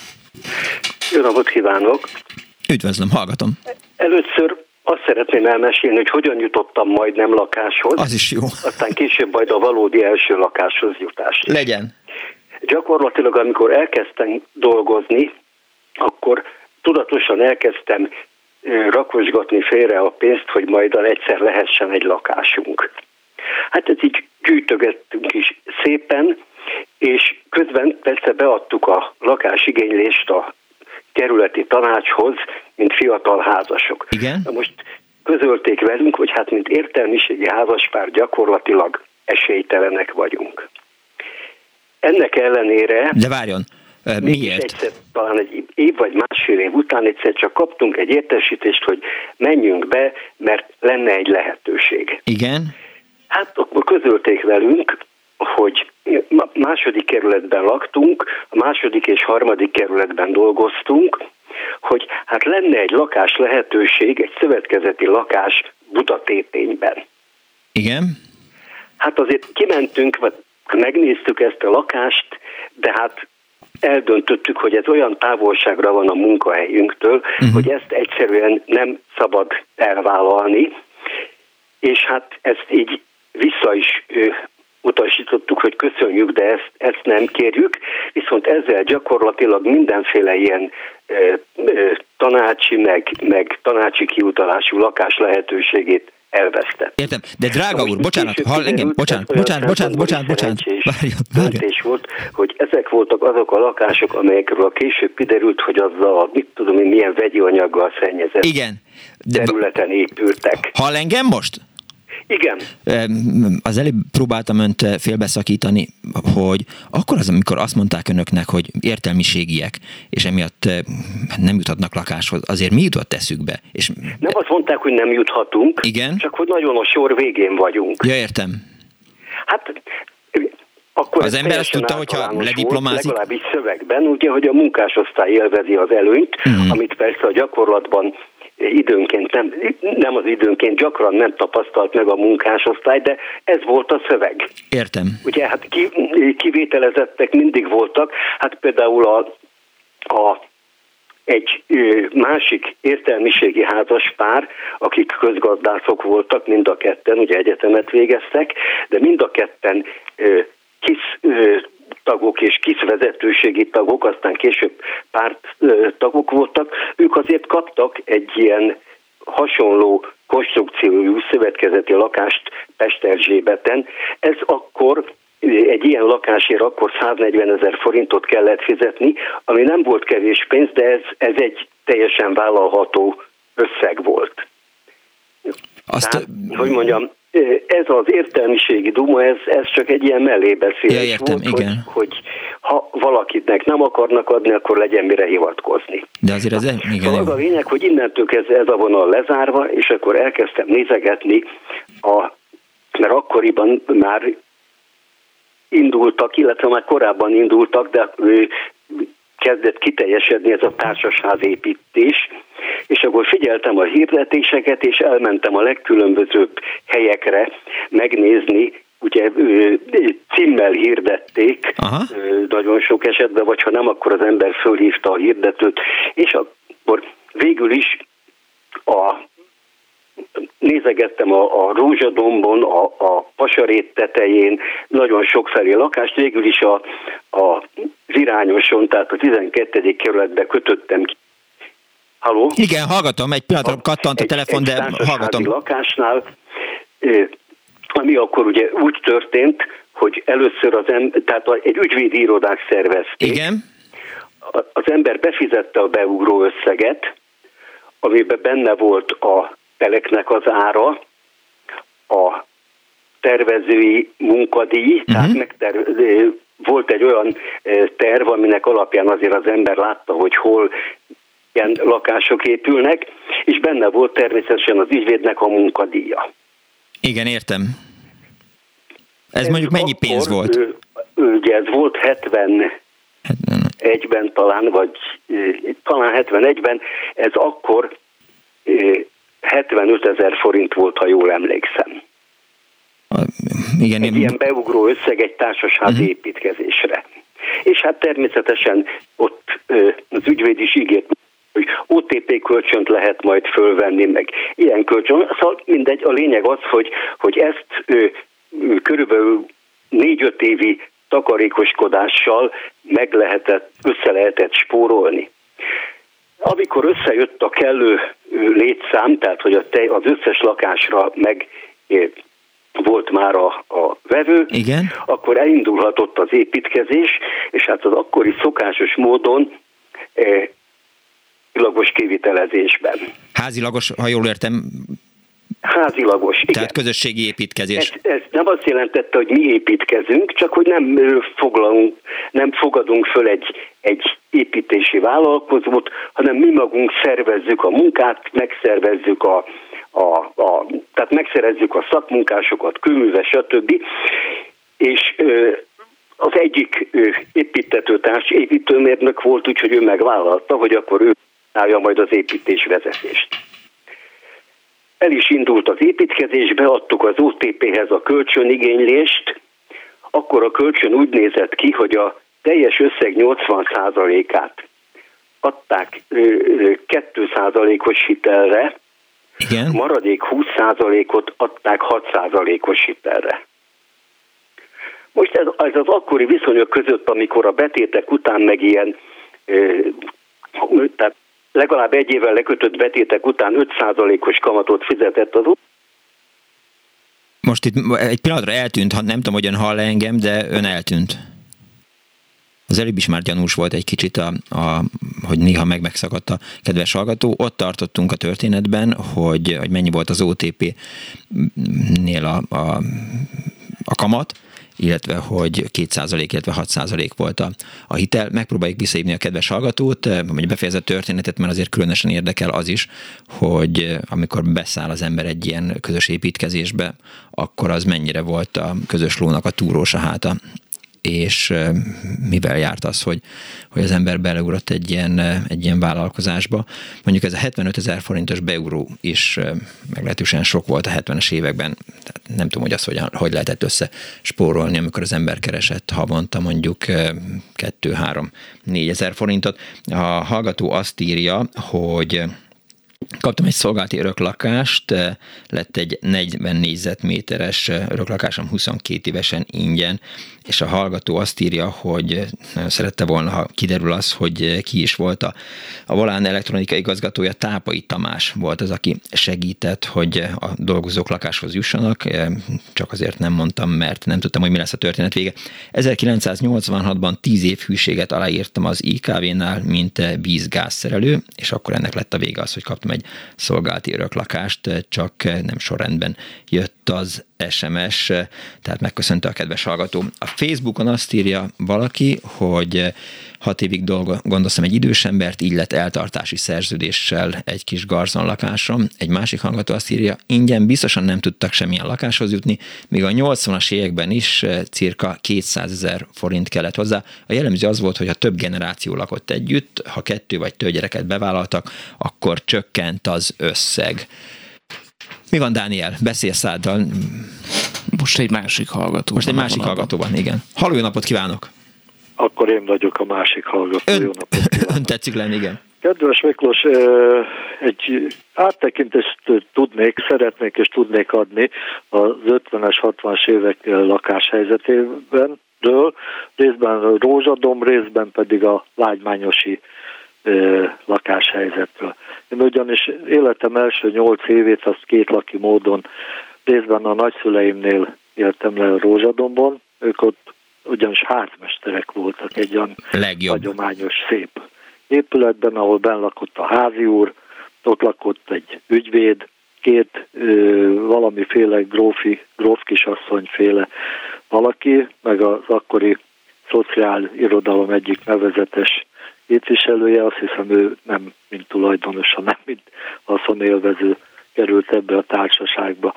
Jó napot kívánok! Üdvözlöm, hallgatom! Először azt szeretném elmesélni, hogy hogyan jutottam majdnem lakáshoz. Az is jó. Aztán később majd a valódi első lakáshoz jutás. Legyen. Gyakorlatilag, amikor elkezdtem dolgozni, akkor tudatosan elkezdtem rakosgatni félre a pénzt, hogy majd egyszer lehessen egy lakásunk. Hát ez így gyűjtögettünk is szépen, és közben persze beadtuk a lakásigénylést a kerületi tanácshoz, mint fiatal házasok. Igen? Na most közölték velünk, hogy hát mint értelmiségi házaspár gyakorlatilag esélytelenek vagyunk. Ennek ellenére... De várjon, miért? Egyszer, talán egy év vagy másfél év után egyszer csak kaptunk egy értesítést, hogy menjünk be, mert lenne egy lehetőség. Igen? Hát akkor közölték velünk, hogy második kerületben laktunk, a második és harmadik kerületben dolgoztunk, hogy hát lenne egy lakás lehetőség, egy szövetkezeti lakás Budatétényben. Igen? Hát azért kimentünk, vagy megnéztük ezt a lakást, de hát eldöntöttük, hogy ez olyan távolságra van a munkahelyünktől, hogy ezt egyszerűen nem szabad elvállalni, és hát ezt így vissza is utasítottuk, hogy köszönjük, de ezt nem kérjük, viszont ezzel gyakorlatilag mindenféle ilyen tanácsi, meg tanácsi kiutalású lakás lehetőségét elvesztett. Értem, de drága úr, bocsánat, hall engem, bocsánat. Döntés volt, hogy ezek voltak azok a lakások, amelyekről később kiderült, hogy azzal, mit tudom én, milyen vegyi anyaggal szennyezett területen épültek. Hall engem most? Igen. Az előbb próbáltam önt félbeszakítani, hogy akkor az, amikor azt mondták önöknek, hogy értelmiségiek, és emiatt nem juthatnak lakáshoz, azért mi jutott eszükbe? És nem azt mondták, hogy nem juthatunk, igen? Csak hogy nagyon a sor végén vagyunk. Ja, értem. Hát akkor az ember azt tudta, hogyha lediplomázik? Legalábbis szövegben, ugye, hogy a munkásosztály élvezi az előnyt, amit persze a gyakorlatban időnként nem az időnként gyakran nem tapasztalt meg a munkásosztály, de ez volt a szöveg. Értem. Ugye hát kivételezettek mindig voltak, hát például a egy másik értelmiségi házaspár, akik közgazdászok voltak, mind a ketten, ugye egyetemet végeztek, de mind a ketten tagok és vezetőségi tagok, aztán később párttagok voltak, ők azért kaptak egy ilyen hasonló konstrukciójú szövetkezeti lakást Pesterzsébeten. Ez akkor egy ilyen lakásért akkor 140 000 forintot kellett fizetni, ami nem volt kevés pénz, de ez egy teljesen vállalható összeg volt. Tehát, hogy mondjam, ez az értelmiségi duma, ez csak egy ilyen mellébeszélés volt, hogy ha valakinek nem akarnak adni, akkor legyen mire hivatkozni. De azért ez szóval az a lényeg, hogy innentől kezdve ez a vonal lezárva, és akkor elkezdtem nézegetni, mert akkoriban már indultak, illetve már korábban indultak, de kezdett kiteljesedni ez a társasházépítés, és akkor figyeltem a hirdetéseket, és elmentem a legkülönbözőbb helyekre megnézni, ugye címmel hirdették, nagyon sok esetben, vagy ha nem, akkor az ember fölhívta a hirdetőt, és akkor végül is nézegettem a Rózsadombon, a Pasarét tetején, nagyon sokfelé lakást, végül is a Zirányoson, tehát a 12. kerületbe kötöttem ki. Halló? Igen, hallgatom, egy pillanatra kattant a telefon, de hallgatom. Lakásnál, ami akkor ugye úgy történt, hogy először tehát egy ügyvédi irodák szervezték. Igen. Az ember befizette a beugró összeget, amiben benne volt a teleknek az ára, a tervezői munkadíj, tehát volt egy olyan terv, aminek alapján azért az ember látta, hogy hol ilyen lakások épülnek, és benne volt természetesen az ügyvédnek a munkadíja. Igen, értem. Ez mondjuk mennyi pénz volt? Ugye ez volt 71-ben talán, vagy talán 71-ben, ez akkor 75 000 forint volt, ha jól emlékszem. Igen, egy ilyen beugró összeg egy társasházi építkezésre. És hát természetesen ott az ügyvéd is ígért, hogy OTP kölcsönt lehet majd fölvenni, meg ilyen kölcsön. Szóval mindegy, a lényeg az, hogy ezt körülbelül 4-5 évi takarékoskodással össze lehetett spórolni. Amikor összejött a kellő létszám, tehát hogy az összes lakásra meg volt már a vevő, igen, akkor elindulhatott az építkezés, és hát az akkori szokásos módon házilagos kivitelezésben. Házilagos, ha jól értem. Házilagos, igen. Tehát közösségi építkezés. Ez nem azt jelentette, hogy mi építkezünk, csak hogy nem fogadunk föl egy építési vállalkozót, hanem mi magunk szervezzük a munkát, megszervezzük tehát megszerezzük a szakmunkásokat, kőműves, stb. És az egyik építetőtárs építőmérnök volt, úgyhogy ő megvállalta, hogy akkor ő állja majd az építésvezetést. El is indult az építkezésbe, adtuk az OTP-hez a kölcsönigénylést, akkor a kölcsön úgy nézett ki, hogy a teljes összeg 80%-át adták 2%-os hitelre, igen, maradék 20%-ot adták 6%-os hitelre. Most ez az akkori viszonyok között, amikor a betétek után meg ilyen, tehát legalább egy évvel lekötött betétek után 5%-os kamatot fizetett az. Most itt egy pillanatra eltűnt, nem tudom, hogy ön hall engem, de ön eltűnt. Az előbb is már gyanús volt egy kicsit, hogy néha megszakadt a kedves hallgató. Ott tartottunk a történetben, hogy mennyi volt az OTP-nél a kamat, illetve hogy 2%, illetve 6% volt a hitel. Megpróbáljuk visszahívni a kedves hallgatót, hogy befejezett a történetet, mert azért különösen érdekel az is, hogy amikor beszáll az ember egy ilyen közös építkezésbe, akkor az mennyire volt a közös lónak a túrós a háta. és mivel járt az, hogy az ember beleugrott egy ilyen vállalkozásba. Mondjuk ez a 75 000 forintos beugró is meglehetősen sok volt a 70-es években. Tehát nem tudom, hogy azt hogy lehetett összespórolni, amikor az ember keresett havonta mondjuk 2-3-4 000 forintot. A hallgató azt írja, hogy kaptam egy szolgálati öröklakást, lett egy 40 négyzetméteres öröklakásom 22 évesen ingyen, és a hallgató azt írja, hogy nagyon szerette volna, ha kiderül az, hogy ki is volt a Volán elektronika igazgatója. Tápai Tamás volt az, aki segített, hogy a dolgozók lakáshoz jussanak, csak azért nem mondtam, mert nem tudtam, hogy mi lesz a történet vége. 1986-ban 10 év hűséget aláírtam az IKV-nál, mint víz-gázszerelő, és akkor ennek lett a vége az, hogy kaptam egy szolgálati öröklakást, csak nem sorrendben jött az SMS, tehát megköszönte a kedves hallgató. A Facebookon azt írja valaki, hogy 6 évig gondoztam egy idős embert, így lett eltartási szerződéssel egy kis garzonlakásom. Egy másik hallgató azt írja, ingyen biztosan nem tudtak semmilyen lakáshoz jutni, míg a 80-as években is cirka 200 000 forint kellett hozzá. A jellemző az volt, hogy ha több generáció lakott együtt, ha 2 vagy több gyereket bevállaltak, akkor csökkent az összeg. Mi van, Dániel? Beszélj száddal. Most egy másik hallgató van, igen. Halló, jó napot kívánok! Akkor én vagyok a másik hallgató. Jó napot kívánok! Ön tetszik lenni, igen. Kedves Miklós, egy áttekintést szeretnék és tudnék adni az 50-es, 60-as évek lakáshelyzetében, részben a Rózsadomb, részben pedig a lágymányosi lakáshelyzetről. Én ugyanis életem első 8 évét azt kétlaki módon részben a nagyszüleimnél éltem le a Rózsadombon, ők ott ugyanis házmesterek voltak egy olyan hagyományos szép épületben, ahol benn lakott a házi úr, ott lakott egy ügyvéd, 2 valamiféle grófkisasszonyféle valaki, meg az akkori szociál irodalom egyik nevezetes képviselője, azt hiszem ő nem mint tulajdonos, hanem mint haszonélvező került ebbe a társaságba.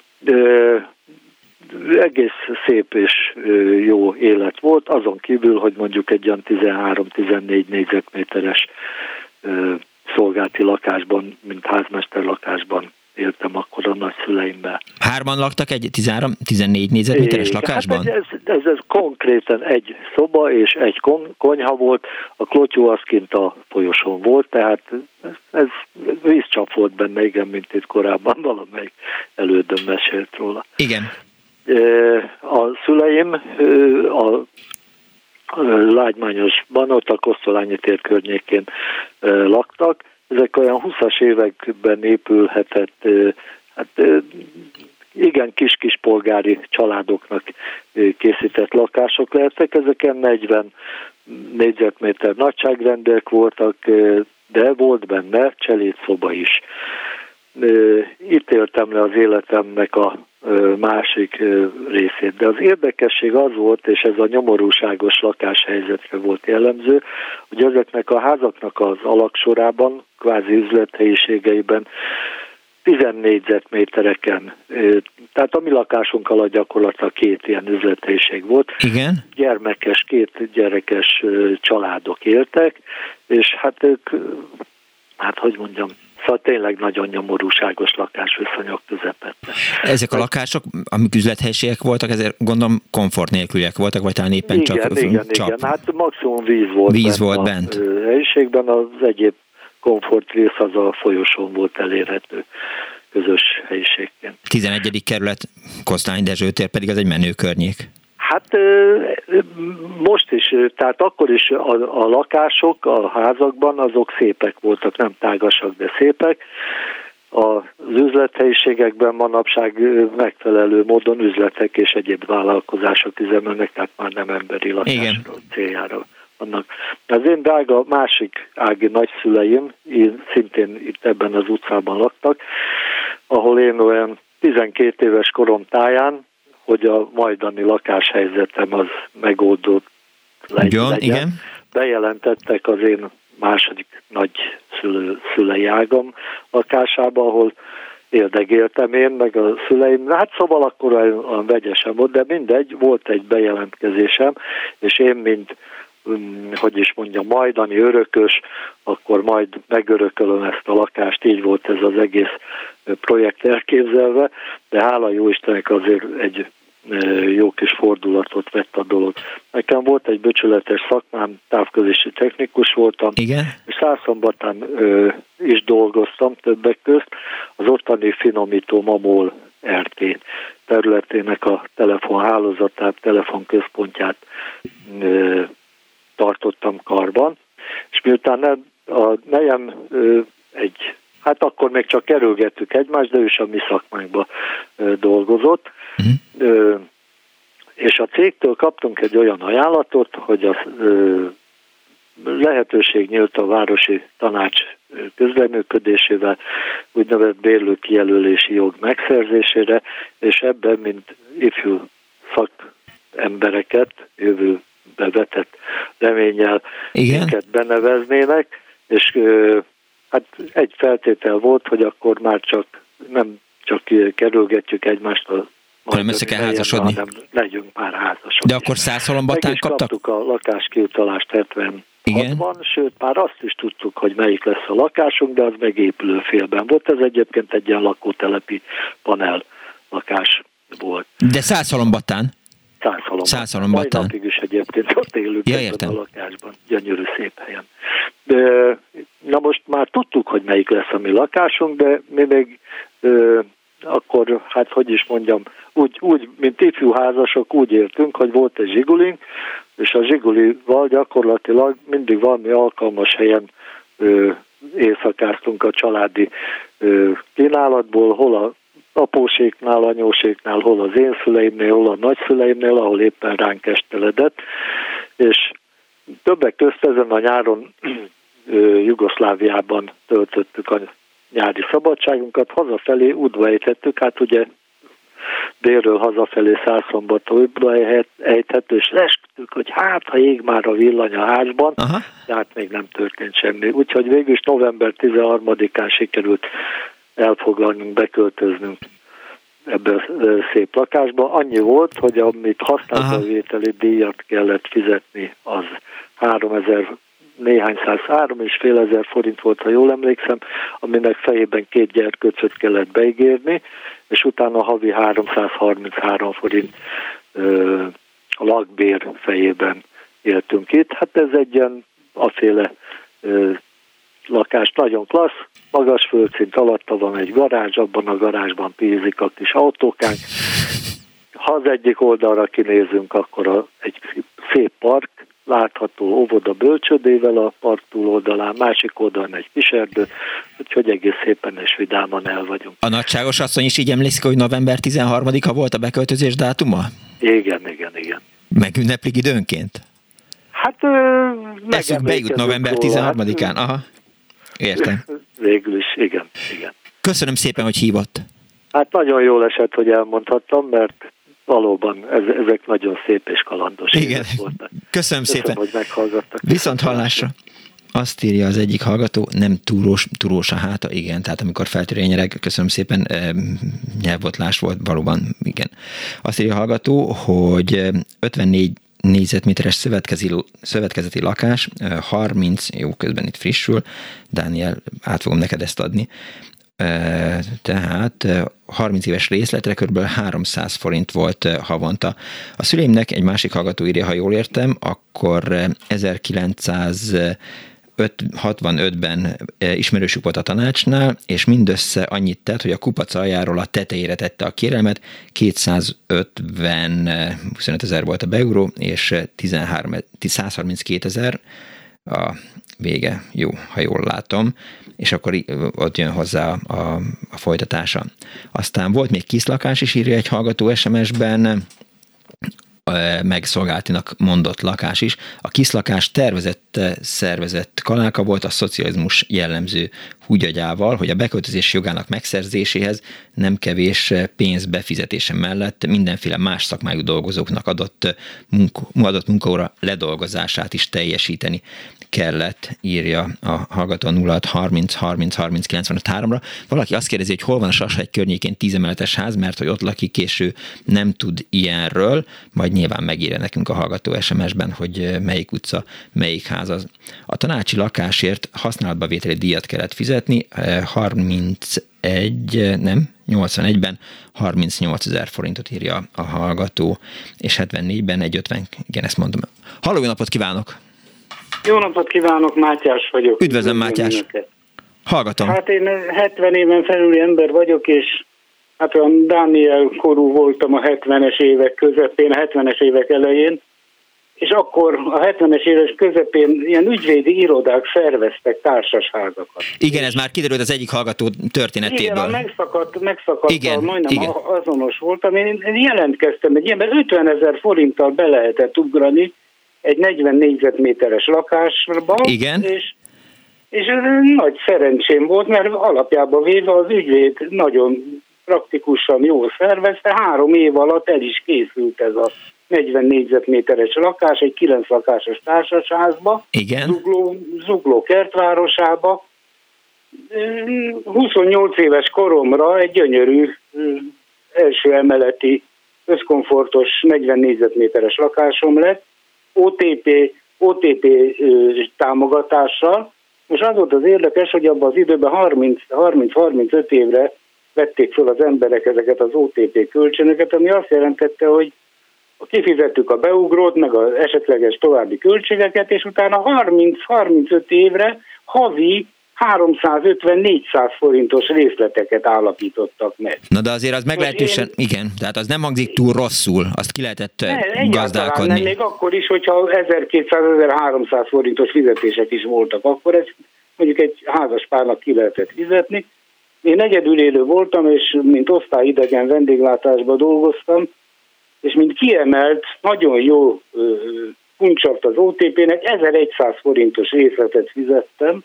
Egész szép és jó élet volt, azon kívül, hogy mondjuk egy olyan 13-14 négyzetméteres szolgálati lakásban, mint házmester lakásban éltem akkor a nagyszüleimmel. 3-an laktak egy 13-14 négyzetméteres lakásban? Hát ez konkrétan egy szoba és egy konyha volt, a klotyó az kint a folyosón volt, tehát ez vízcsap volt benne, igen, mint itt korábban valamelyik elődöm mesélt róla. Igen. A szüleim a Lágymányosban, ott a Kosztolányi tér környékén laktak. Ezek olyan 20-as években épülhetett, igen kis-kis polgári családoknak készített lakások lehettek. Ezeken 40 négyzetméter nagyságrendek voltak, de volt benne cselédszoba is. Itt éltem le az életemnek a másik részét. De az érdekesség az volt, és ez a nyomorúságos lakáshelyzetre volt jellemző, hogy ezeknek a házaknak az alaksorában, kvázi üzlethelyiségeiben 10 négyzetmétereken, tehát a mi lakásunk alatt gyakorlatilag 2 ilyen üzlethelyiség volt. Igen. 2 gyerekes családok éltek, és hát ők, hogy mondjam, szóval tényleg nagyon nyomorúságos lakásviszonyok közepette. Ezek a lakások, amik üzlethelyiségek voltak, ezért gondolom komfort nélküliek voltak, vagy talán éppen csak igen, hát maximum víz volt bent. A helyiségben, az egyéb komfortrész az a folyosón volt elérhető közös helyiségként. 11. kerület, Kosztolányi Dezső tér pedig az egy menő környék. Hát most is, tehát akkor is a lakások a házakban azok szépek voltak, nem tágasak, de szépek. Az üzlethelyiségekben manapság megfelelő módon üzletek és egyéb vállalkozások üzemelnek, tehát már nem emberi lakásról céljára vannak. Az én drága másik ági nagyszüleim szintén itt ebben az utcában laktak, ahol én olyan 12 éves korom táján, hogy a majdani lakáshelyzetem az megoldott legyen. Igen. Bejelentettek az én második nagy szülei ágam lakásába, ahol éldegéltem én, meg a szüleim. Hát szóval akkor olyan vegyesen volt, de mindegy, volt egy bejelentkezésem, és én, mint hogy is mondjam, majdani örökös, akkor majd megörökölöm ezt a lakást, így volt ez az egész projekt elképzelve, de hála jó Istennek azért egy jó kis fordulatot vett a dolog. Nekem volt egy becsületes szakmám, távközlési technikus voltam, igen? És Százszombatán is dolgoztam többek közt, az ottani finomító Mamol RT területének a telefonhálózatát, telefonközpontját tartottam karban, és miután a nejem hát akkor még csak kerülgettük egymást, de ő is a mi szakmánkban dolgozott, és a cégtől kaptunk egy olyan ajánlatot, hogy a lehetőség nyílt a városi tanács közreműködésével úgynevezett bérlőkijelölési jog megszerzésére, és ebben, mint ifjú szakembereket, jövőbe vetett reménnyel minket beneveznének, és hát egy feltétel volt, hogy akkor már nem csak kerülgetjük egymást hanem össze kell házasodni. Hanem legyünk már házasodni. De akkor Százhalombattán kaptak? Kaptuk a lakáskiutalást 76-ban, sőt már azt is tudtuk, hogy melyik lesz a lakásunk, de az meg épülőfélben volt. Ez egyébként egy ilyen lakótelepi panel lakás volt. De Százhalombattán? Százhalombattán. Mai napig is egyébként ott élünk ebben a lakásban. Gyönyörű szép helyen. Na most már tudtuk, hogy melyik lesz a mi lakásunk, de mi még akkor, hát hogy is mondjam, úgy, mint ifjú házasok úgy éltünk, hogy volt egy zsigulink, és a zsigulival gyakorlatilag mindig valami alkalmas helyen éjszakáztunk a családi kínálatból, hol a apóséknál, anyóséknál, hol az én szüleimnél, hol a nagyszüleimnél, ahol éppen ránk esteledett, és többek közt ezen a nyáron Jugoszláviában töltöttük a nyári szabadságunkat, hazafelé útba ejtettük, hát ugye délről hazafelé Százszombaton útba ejtettük, és lesküdtük, hogy hát, ha ég már a villany a házban, de hát még nem történt semmi. Úgyhogy végül is november 13-án sikerült elfoglalnunk, beköltöznünk ebbe a szép lakásba. Annyi volt, hogy amit használatvételi díjat kellett fizetni, az 3.500 forint volt, ha jól emlékszem, aminek fejében 2 gyerkőcöt kellett beígérni, és utána havi 333 forint a lakbér fejében éltünk itt. Hát ez egy ilyen aféle lakás, nagyon klassz, magas földszint, alatta van egy garázs, abban a garázsban pízik a kis autókánk. Ha az egyik oldalra kinézünk, akkor egy szép park, látható óvoda bölcsődével a park túloldalán, másik oldalon egy kis erdő, úgyhogy egész szépen és vidáman el vagyunk. A nagyságos asszony is így emlékszik, hogy november 13-a volt a beköltözés dátuma? Igen. Megünneplik időnként? Hát eszük bejut november 13-án, aha. Értem. Végül is, igen. Köszönöm szépen, hogy hívott. Hát nagyon jól esett, hogy elmondhattam, mert valóban ezek nagyon szép és kalandos évek voltak. Köszönöm szépen, hogy meghallgattak. Viszont hallásra. Azt írja az egyik hallgató, nem túrós a háta, igen, tehát amikor feltörje nyereg, köszönöm szépen, nyelvbotlás volt, valóban, igen. Azt írja a hallgató, hogy 54 négyzetméteres szövetkezeti lakás, 30, jó, közben itt frissül, Dániel, át fogom neked ezt adni, tehát 30 éves részletre kb. 300 forint volt havonta. A szüleimnek, egy másik hallgató írja, ha jól értem, akkor 1965-ben ismerősük volt a tanácsnál, és mindössze annyit tett, hogy a kupac aljáról a tetejére tette a kérelmet, 25 ezer volt a beuró, és 132 000 a vége, jó, ha jól látom, és akkor ott jön hozzá a folytatása. Aztán volt még kiszlakás is, írja egy hallgató SMS-ben, meg szolgáltinak mondott lakás is. A kiszlakás tervezett szervezett kalálka volt, a szocializmus jellemző úgy agyával, hogy a beköltözés jogának megszerzéséhez nem kevés pénz befizetése mellett mindenféle más szakmájú dolgozóknak adott munkaóra ledolgozását is teljesíteni kellett, írja a hallgató 0630 30 30 95 3-ra. Valaki azt kérdezi, hogy hol van a Sashegy környékén 10 emeletes ház, mert hogy ott lakik, és ő nem tud ilyenről, majd nyilván megírja nekünk a hallgató SMS-ben, hogy melyik utca, melyik ház az. A tanácsi lakásért használatba vételi díjat kellett fizetni, 81-ben 38 000 forintot írja a hallgató, és 74-ben 1,50, igen, ezt mondom. Halló, jó napot kívánok! Jó napot kívánok, Mátyás vagyok. Üdvözlöm, Mátyás! Hallgatom. Hát én 70 éven felüli ember vagyok, és hát olyan Dániel korú voltam a 70-es évek közepén, a 70-es évek elején, és akkor a 70-es évek közepén ilyen ügyvédi irodák szerveztek társasházakat. Igen, ez már kiderült az egyik hallgató történetéből. Igen, megszakadt igen, majdnem igen. Azonos voltam. Én jelentkeztem egy ilyenben, 50 000 forinttal be lehetett ugrani egy 40 négyzetméteres lakásba, igen. És nagy szerencsém volt, mert alapjában véve az ügyvéd nagyon praktikusan jól szervezte, 3 év alatt el is készült ez a 40 négyzetméteres lakás, egy 9 lakásos társasházba, Zugló kertvárosába. 28 éves koromra egy gyönyörű első emeleti, összkomfortos 40 négyzetméteres lakásom lett, OTP támogatással. Most az volt az érdekes, hogy abban az időben 30-35 évre vették fel az emberek ezeket az OTP kölcsönöket, ami azt jelentette, hogy kifizettük a beugrót, meg az esetleges további költségeket, és utána 30-35 évre havi 350-400 forintos részleteket állapítottak meg. Na de azért az meglehetősen, igen, tehát az nem hangzik túl rosszul, azt ki lehetett gazdálkodni. Nem, még akkor is, hogyha 1200-1300 forintos fizetések is voltak, akkor ez mondjuk egy házaspárnak ki lehetett fizetni. Én egyedülélő voltam, és mint osztályidegen vendéglátásban dolgoztam, és mint kiemelt, nagyon jó kuncsart az OTP-nek, 1100 forintos részletet fizettem,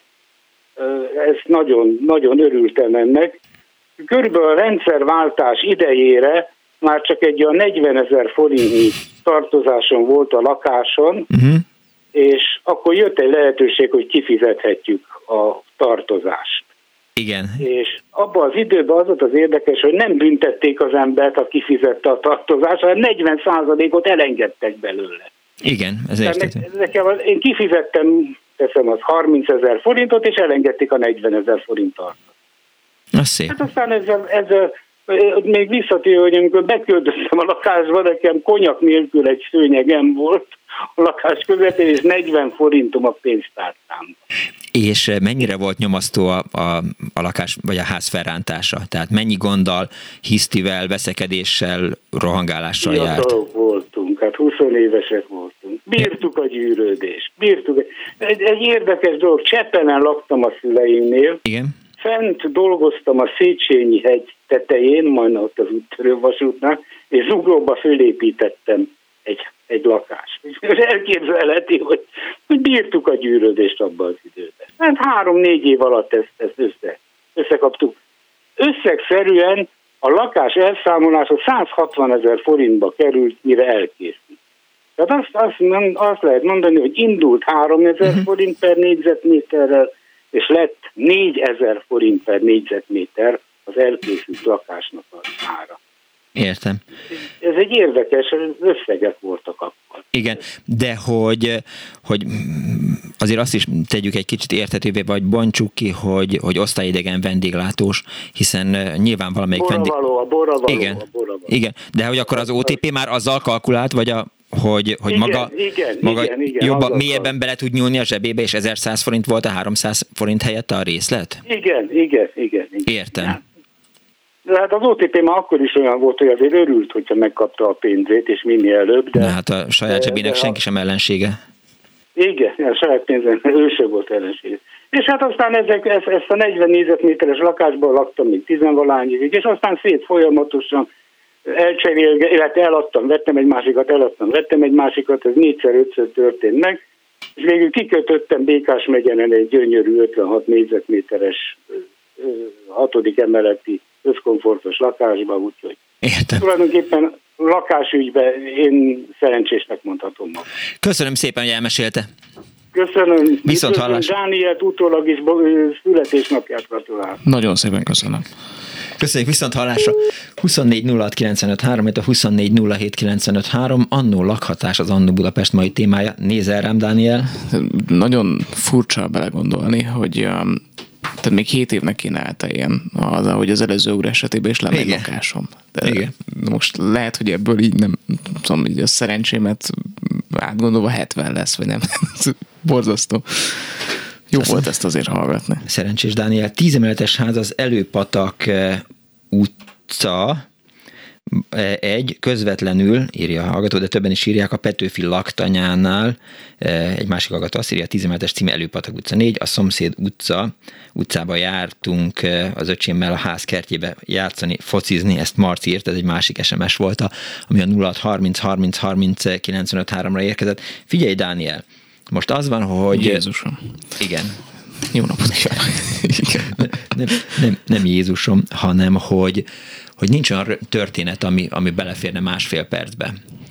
ezt nagyon, nagyon örültem ennek. Körülbelül a rendszerváltás idejére már csak egy olyan 40 000 forintnyi tartozáson volt a lakáson, és akkor jött egy lehetőség, hogy kifizethetjük a tartozást. Igen. És abban az időben az volt az érdekes, hogy nem büntették az embert, ha kifizette a tartozást, hanem 40%-ot elengedtek belőle. Igen, ez értető. Én kifizettem, teszem az 30 000 forintot, és elengedték a 40 000 forint tartot. Az szép. Hát aztán ezzel még visszatérő, hogy amikor beköltöztem a lakásba, nekem konyak nélkül egy szőnyegem volt a lakás közepén, és 40 forintom a pénztárcámban. És mennyire volt nyomasztó a lakás vagy a ház felrántása? Tehát mennyi gonddal, hisztivel, veszekedéssel, rohangálással járt? Fiatalok voltunk, hát 20 évesek voltunk. Bírtuk a gyűrődést. Egy érdekes dolog, Csepelen laktam a szüleimnél. Igen. Fent dolgoztam a Széchenyi hegy tetején, majd ott az úttörővasútnál, és Zuglóba fölépítettem egy lakást. És elképzelheti, hogy bírtuk a gyűrődést abban az időben. Hát 3-4 év alatt ezt összekaptuk. Összegszerűen a lakás elszámolása 160 000 forintba került, mire elkészült. Tehát azt lehet mondani, hogy indult 3 000 forint per négyzetméterrel, és lett 4 000 forint per négyzetméter az elkészült lakásnak az ára. Értem. Ez egy érdekes, összegek voltak akkor. Igen, de hogy azért azt is tegyük egy kicsit érthetővé, vagy bontsuk ki, hogy osztályidegen vendéglátós, hiszen nyilván valamelyik Borravaló. Igen, de hogy akkor az OTP már azzal kalkulált, vagy hogy igen, maga igen, jobban, mélyebben bele tud nyúlni a zsebébe, és 1100 forint volt a 300 forint helyett a részlet? Igen. Értem. De hát az OTP már akkor is olyan volt, hogy azért örült, hogyha megkapta a pénzét, és minél előbb. De hát a saját zsebének senki sem ellensége. Igen, a saját pénzem, ő sem volt ellensége. És hát aztán ezt a 40 négyzetméteres lakásban laktam még 10-valahány évig, és aztán szét folyamatosan illetve eladtam, vettem egy másikat, ez 4-5-ször történt meg, és végül kikötöttem Békás megyenen egy gyönyörű 56 négyzetméteres 6. emeleti összkomfortos lakásba, úgyhogy értem. Tulajdonképpen lakásügyben én szerencsésnek mondhatom magam. Köszönöm szépen, hogy elmesélte. Köszönöm. Viszont hallásra. Dánielt utólag is születésnapját gratulálok. Nagyon szépen köszönöm. Köszönjük, viszont hallásra. 24 06 95 3, a 24 07 95 3, Annó lakhatás az Annó Budapest mai témája. Nézz el rám, Dániel. Nagyon furcsa belegondolni, hogy tehát még 7 évnek kéne elteljen, ahogy az előző úr esetében is lenne egy lakásom. De igen. Most lehet, hogy ebből így nem tudom, így a szerencsémet átgondolva 70 lesz, vagy nem. Borzasztó. Jó volt ezt azért hallgatni. Szerencsés Dániel. 10 emeletes ház az Előpatak utca, egy közvetlenül, írja a hallgató, de többen is írják, a Petőfi laktanyánál, egy másik hallgató azt írja, a 10 emeletes címe Előpatak utca 4, a szomszéd utcába jártunk az öcsémmel a ház kertjébe játszani, focizni, ezt Marci írt, ez egy másik SMS volt, ami a 06 30 30 30 95 3-ra érkezett. Figyelj, Dániel, most az van, hogy... Jézusom. Igen. Jó napot kívánok. Nem Jézusom, hanem hogy nincs olyan történet, ami beleférne másfél percbe.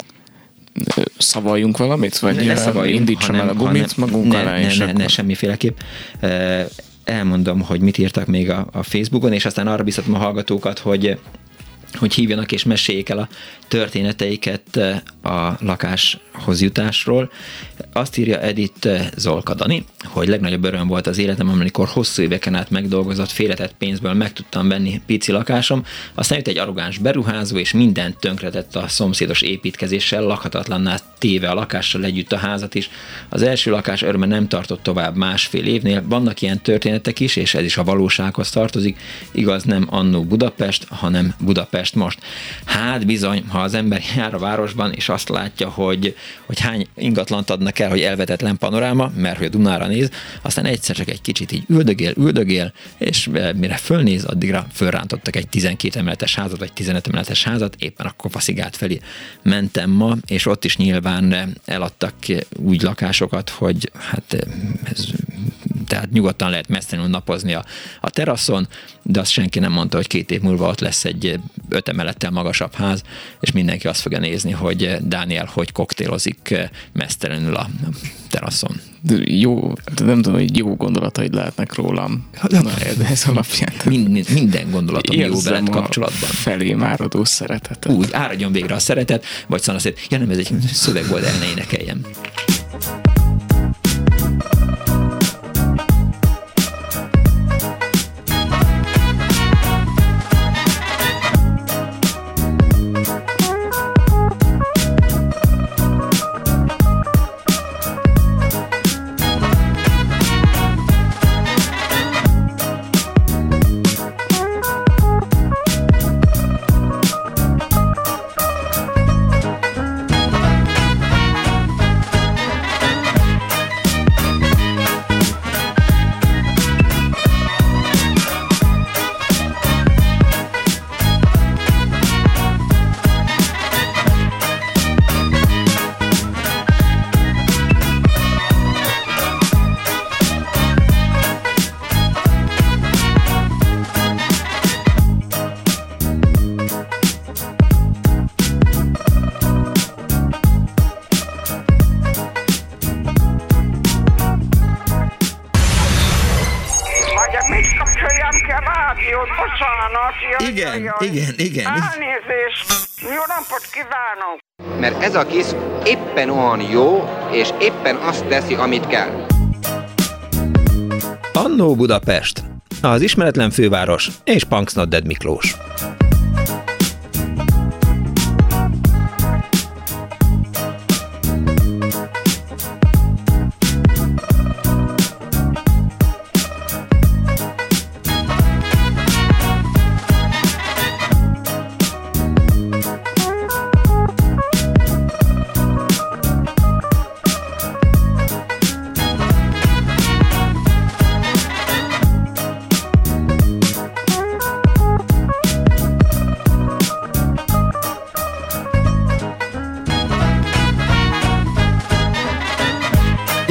Szavaljunk valamit? Vagy indítsam el a gumit magunk alá? Ne, semmiféleképp. Elmondom, hogy mit írtak még a Facebookon, és aztán arra biztatom a hallgatókat, hogy hívjanak és meséljék el a történeteiket a lakáshoz jutásról. Azt írja Edith Zolka Dani, hogy legnagyobb öröm volt az életem, amikor hosszú éveken át megdolgozott, félretett pénzből meg tudtam venni pici lakásom, aztán jött egy arrogáns beruházó, és mindent tönkretett a szomszédos építkezéssel, lakhatatlanná téve a lakással együtt a házat is. Az első lakás öröme nem tartott tovább másfél évnél. Vannak ilyen történetek is, és ez is a valósághoz tartozik. Igaz, nem Annó Budapest, hanem Budapest most. Hát bizony, ha az ember jár a városban, és azt látja, hogy hány ingatlant adnak el, hogy elvetetlen panoráma, mert hogy a Dunára néz, aztán egyszer csak egy kicsit így üldögél, és mire fölnéz, addigra fölrántottak egy 12 emeletes házat, vagy 15 emeletes házat, éppen a Kopaszigát felé mentem ma, és ott is nyilván eladtak úgy lakásokat, hogy hát tehát nyugodtan lehet messzenül napozni a teraszon, de azt senki nem mondta, hogy 2 év múlva ott lesz egy 5 emelettel magasabb ház, és mindenki azt fogja nézni, hogy Dániel hogy koktélozik mesztelenül a teraszon. Jó, nem tudom, hogy jó gondolataid lehetnek rólam. De ez alapján. Minden gondolatom jó veled kapcsolatban. Felém áradó szeretetet. Úgy, áradjon végre a szeretet, vagy szanaszét. Ja nem, ez egy szöveg volt, el ne énekeljem. Igen. Elnézést! Jó napot kívánok! Mert ez a kis éppen olyan jó, és éppen azt teszi, amit kell. Annó Budapest, az ismeretlen főváros és Punks Not Dead Miklós.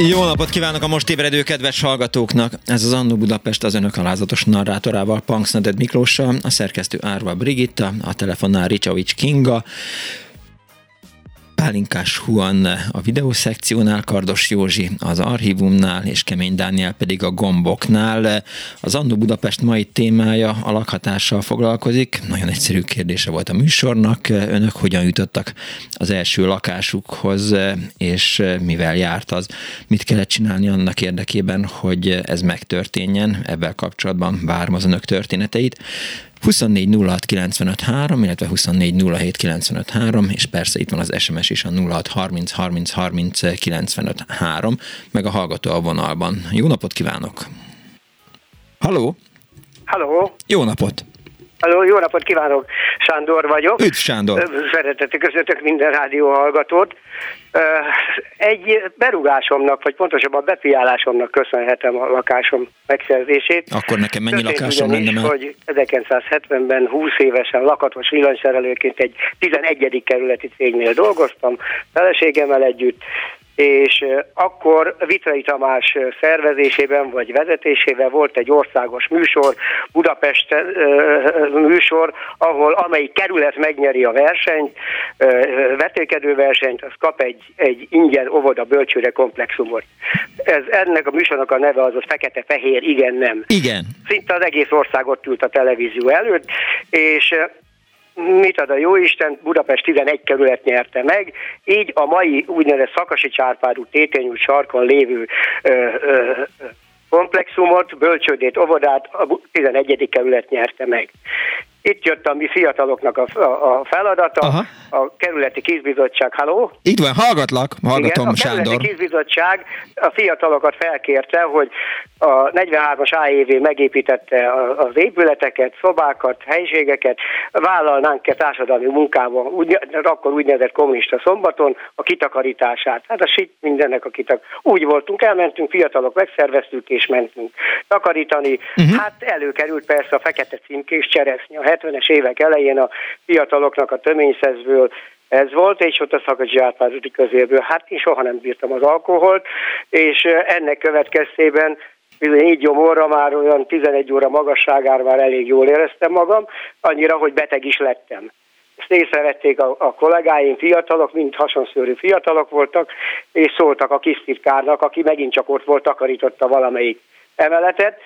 Jó napot kívánok a most ébredő kedves hallgatóknak! Ez az Annó Budapest az önök alázatos narrátorával, Punks Not Miklóssal, a szerkesztő Árva Brigitta, a telefonnál Ricsovics Kinga, Pálinkás Huan a videószekciónál, Kardos Józsi az archívumnál, és Kemény Dániel pedig a gomboknál. Az Annó Budapest mai témája a lakhatással foglalkozik. Nagyon egyszerű kérdése volt a műsornak. Önök hogyan jutottak az első lakásukhoz, és mivel járt az? Mit kellett csinálni annak érdekében, hogy ez megtörténjen? Ebben kapcsolatban várom az önök történeteit. 24 06 95 3, illetve 24 07 95 3, és persze itt van az SMS is a 06 30 30 30 95 3, meg a hallgató a vonalban. Jó napot kívánok! Halló! Halló! Jó napot! Halló, jó napot kívánok! Sándor vagyok. Üdv, Sándor! Szeretettel köszöntök minden rádió hallgatót. Egy berugásomnak, vagy pontosabban befiálásomnak köszönhetem a lakásom megszerzését. Akkor nekem mennyi lakásom lenne már? Hogy 1970-ben 20 évesen lakatos villanyszerelőként egy 11. kerületi cégnél dolgoztam, feleségemmel együtt, és akkor Vitrai Tamás szervezésében vagy vezetésében volt egy országos műsor, Budapest műsor, ahol amelyik kerület megnyeri a versenyt, vetélkedő versenyt, az kap egy ingyen óvoda bölcsőre komplexumot. Ennek a műsornak a neve az fekete-fehér, igen, nem. Igen. Szinte az egész ország ott ült a televízió előtt, és mit ad a jóisten, Budapest 11 kerület nyerte meg, így a mai úgynevezett Szakasi Csárpárút Tétényút sarkon lévő komplexumot, bölcsődét, óvodát a 11. kerület nyerte meg. Itt jött a mi fiataloknak a feladata, aha, a kerületi kízbizottság, halló? Itt van, hallgatlak, hallgatom, igen, Sándor. A kerületi Sándor. kízbizottság a fiatalokat felkérte, hogy a 43-as AEV megépítette az épületeket, szobákat, helységeket, vállalnánk-e társadalmi munkában, akkor úgynevezett kommunista szombaton a kitakarítását. Hát a sit mindennek a úgy voltunk, elmentünk, fiatalok megszerveztük és mentünk takarítani. Hát előkerült persze a fekete címkés cseresznye. A 70-es évek elején a fiataloknak a töményszezből ez volt, és ott a Szakasi Árpád-úti közélből. Hát én soha nem bírtam az alkoholt, és ennek következtében bizony így gyomorra már olyan 11 óra magasságára már elég jól éreztem magam, annyira, hogy beteg is lettem. Ezt észrevették a kollégáim, fiatalok, mind hasonszőrű fiatalok voltak, és szóltak a kisztitkárnak, aki megint csak ott volt, takarította valamelyik emeletet,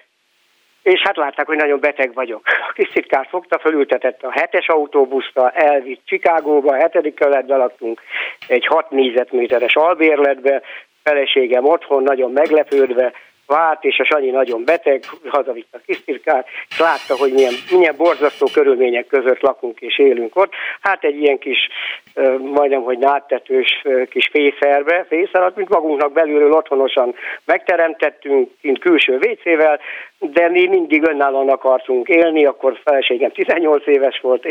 és hát látták, hogy nagyon beteg vagyok. A kisztitkár fogta, fölültetett a 7-es autóbuszra, elvitt Chicagóba, a 7. kerületbe laktunk, egy 6 négyzetméteres albérletbe, feleségem otthon, nagyon meglepődve várt, és a Sanyi nagyon beteg, hazavitt a kisztitkár, és látta, hogy milyen borzasztó körülmények között lakunk és élünk ott. Hát egy ilyen kis, majdnem, hogy nádtetős kis fészerbe, mint magunknak belülről otthonosan megteremtettünk, mint külső WC-vel, de mi mindig önállóan akartunk élni, akkor feleségem 18 éves volt,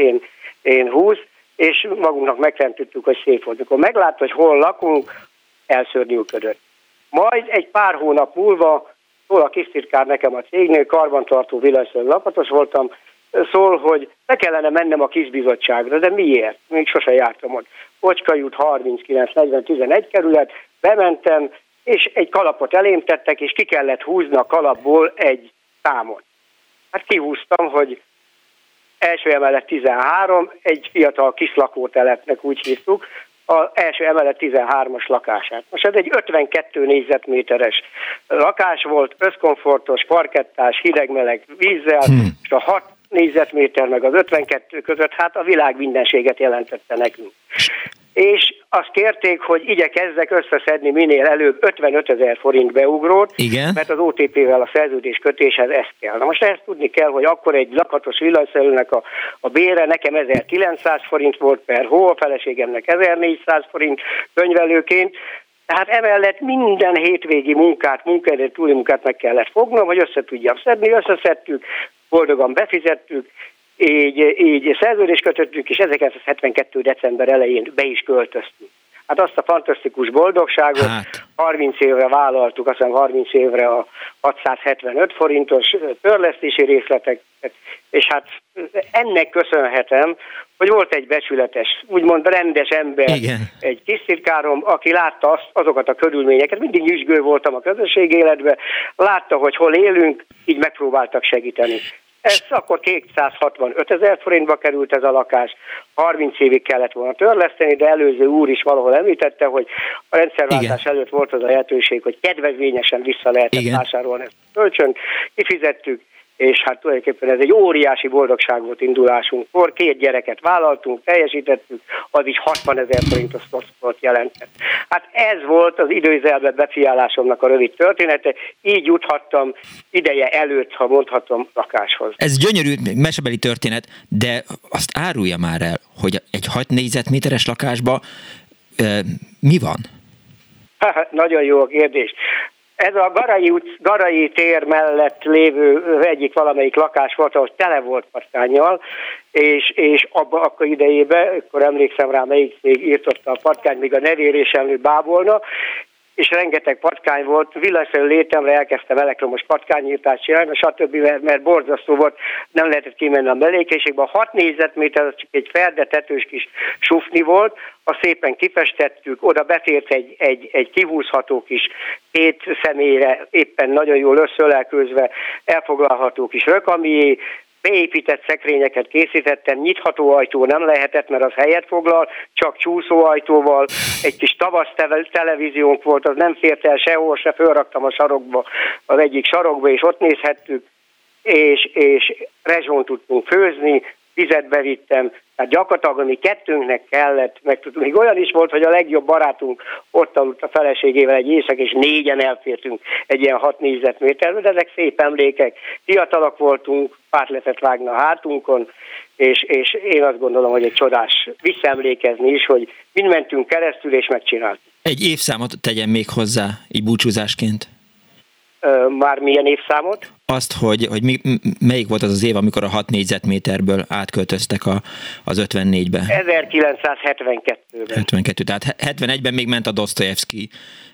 én 20, és magunknak megteremtettük, hogy szép volt. Mikor meglátta, hogy hol lakunk, elszörnyűködött. Majd egy pár hónap múlva szól a kisztitkár nekem a cégnél, karbantartó villanyszerelő lakatos voltam, szól, hogy be kellene mennem a kízbizottságra, de miért? Még sose jártam ott. Ocskai út 39 40 11 kerület, bementem, és egy kalapot elém tettek, és ki kellett húzni a kalapból egy számot. Hát kihúztam, hogy első emelet 13, egy fiatal kislakótelepnek úgy hívtuk, az első emelet 13-as lakását. Most ez egy 52 négyzetméteres lakás volt, összkomfortos, parkettás, hideg-meleg vízzel, és a 6 négyzetméter meg az 52 között, hát a világ mindenséget jelentette nekünk. És azt kérték, hogy igyekezzek összeszedni minél előbb 55 000 forint beugrót, igen, mert az OTP-vel a szerződés kötéshez ez kell. Na most ezt tudni kell, hogy akkor egy lakatos villanyszerelőnek a bére nekem 1900 forint volt per hó, a feleségemnek 1400 forint könyvelőként, tehát emellett minden hétvégi munkaidő túli munkát meg kellett fognom, hogy össze tudjam szedni, összeszedtük, boldogan befizettük, így szerződést kötöttünk, és 1972. december elején be is költöztünk. Hát azt a fantasztikus boldogságot, 30 évre vállaltuk, azt hiszem 30 évre a 675 forintos törlesztési részleteket, és hát ennek köszönhetem, hogy volt egy becsületes, úgymond rendes ember, igen, egy tisztitkárom, aki látta azokat a körülményeket, mindig nyüzsgő voltam a közösség életben, látta, hogy hol élünk, így megpróbáltak segíteni. Ez akkor 265 000 forintba került ez a lakás, 30 évig kellett volna törleszteni, de előző úr is valahol említette, hogy a rendszerváltás előtt volt az a lehetőség, hogy kedvezményesen vissza lehetett vásárolni ezt a kölcsönt, kifizettük, és hát tulajdonképpen ez egy óriási boldogság volt indulásунkkor, 2 gyereket vállaltunk, teljesítettük, az is 60 000 forintos szorszort jelentett. Hát ez volt az időzelbe befiálásomnak a rövid története, így juthattam ideje előtt, ha mondhatom, lakáshoz. Ez gyönyörű mesebeli történet, de azt árulja már el, hogy egy 6 négyzetméteres lakásban mi van? Nagyon jó a kérdés. Ez a Garai tér mellett lévő egyik valamelyik lakás volt, ahol tele volt patkánnyal, és abban akkor idejében, akkor emlékszem rá, melyik cég írtotta a patkányt, még a nevérés emlő bábolna, és rengeteg patkány volt, villanyszerű létemre elkezdtem elektromos patkányírtást csinálni, stb., mert borzasztó volt, nem lehetett kimenni a mellékhelyiségbe. A 6 négyzetméter az csak egy ferdetetős kis sufni volt, azt szépen kifestettük, oda befért egy kihúzható kis 2 személyre, éppen nagyon jól összölelkőzve elfoglalható kis rökamié, beépített szekrényeket készítettem, nyitható ajtó nem lehetett, mert az helyet foglal, csak csúszóajtóval, egy kis tavasz televíziónk volt, az nem fért el sehol, se fölraktam a sarokba, az egyik sarokba, és ott nézhettük, és rezsón tudtunk főzni, vizet bevittem, tehát gyakorlatilag ami kettőnknek kellett, meg még olyan is volt, hogy a legjobb barátunk ott aludt a feleségével egy éjszak, és 4-en elfértünk egy ilyen 6 négyzetméterbe, de ezek szép emlékek. Fiatalak voltunk, párt lehetett vágni a hátunkon, és én azt gondolom, hogy egy csodás visszaemlékezni is, hogy mind mentünk keresztül, és megcsináltuk. Egy évszámot tegyen még hozzá, így búcsúzásként. Már milyen évszámot? Azt, hogy melyik volt az év, amikor a 6 négyzetméterből átköltöztek az 54-be? 1972-ben. 72, tehát 71-ben még ment a Dostoyevsky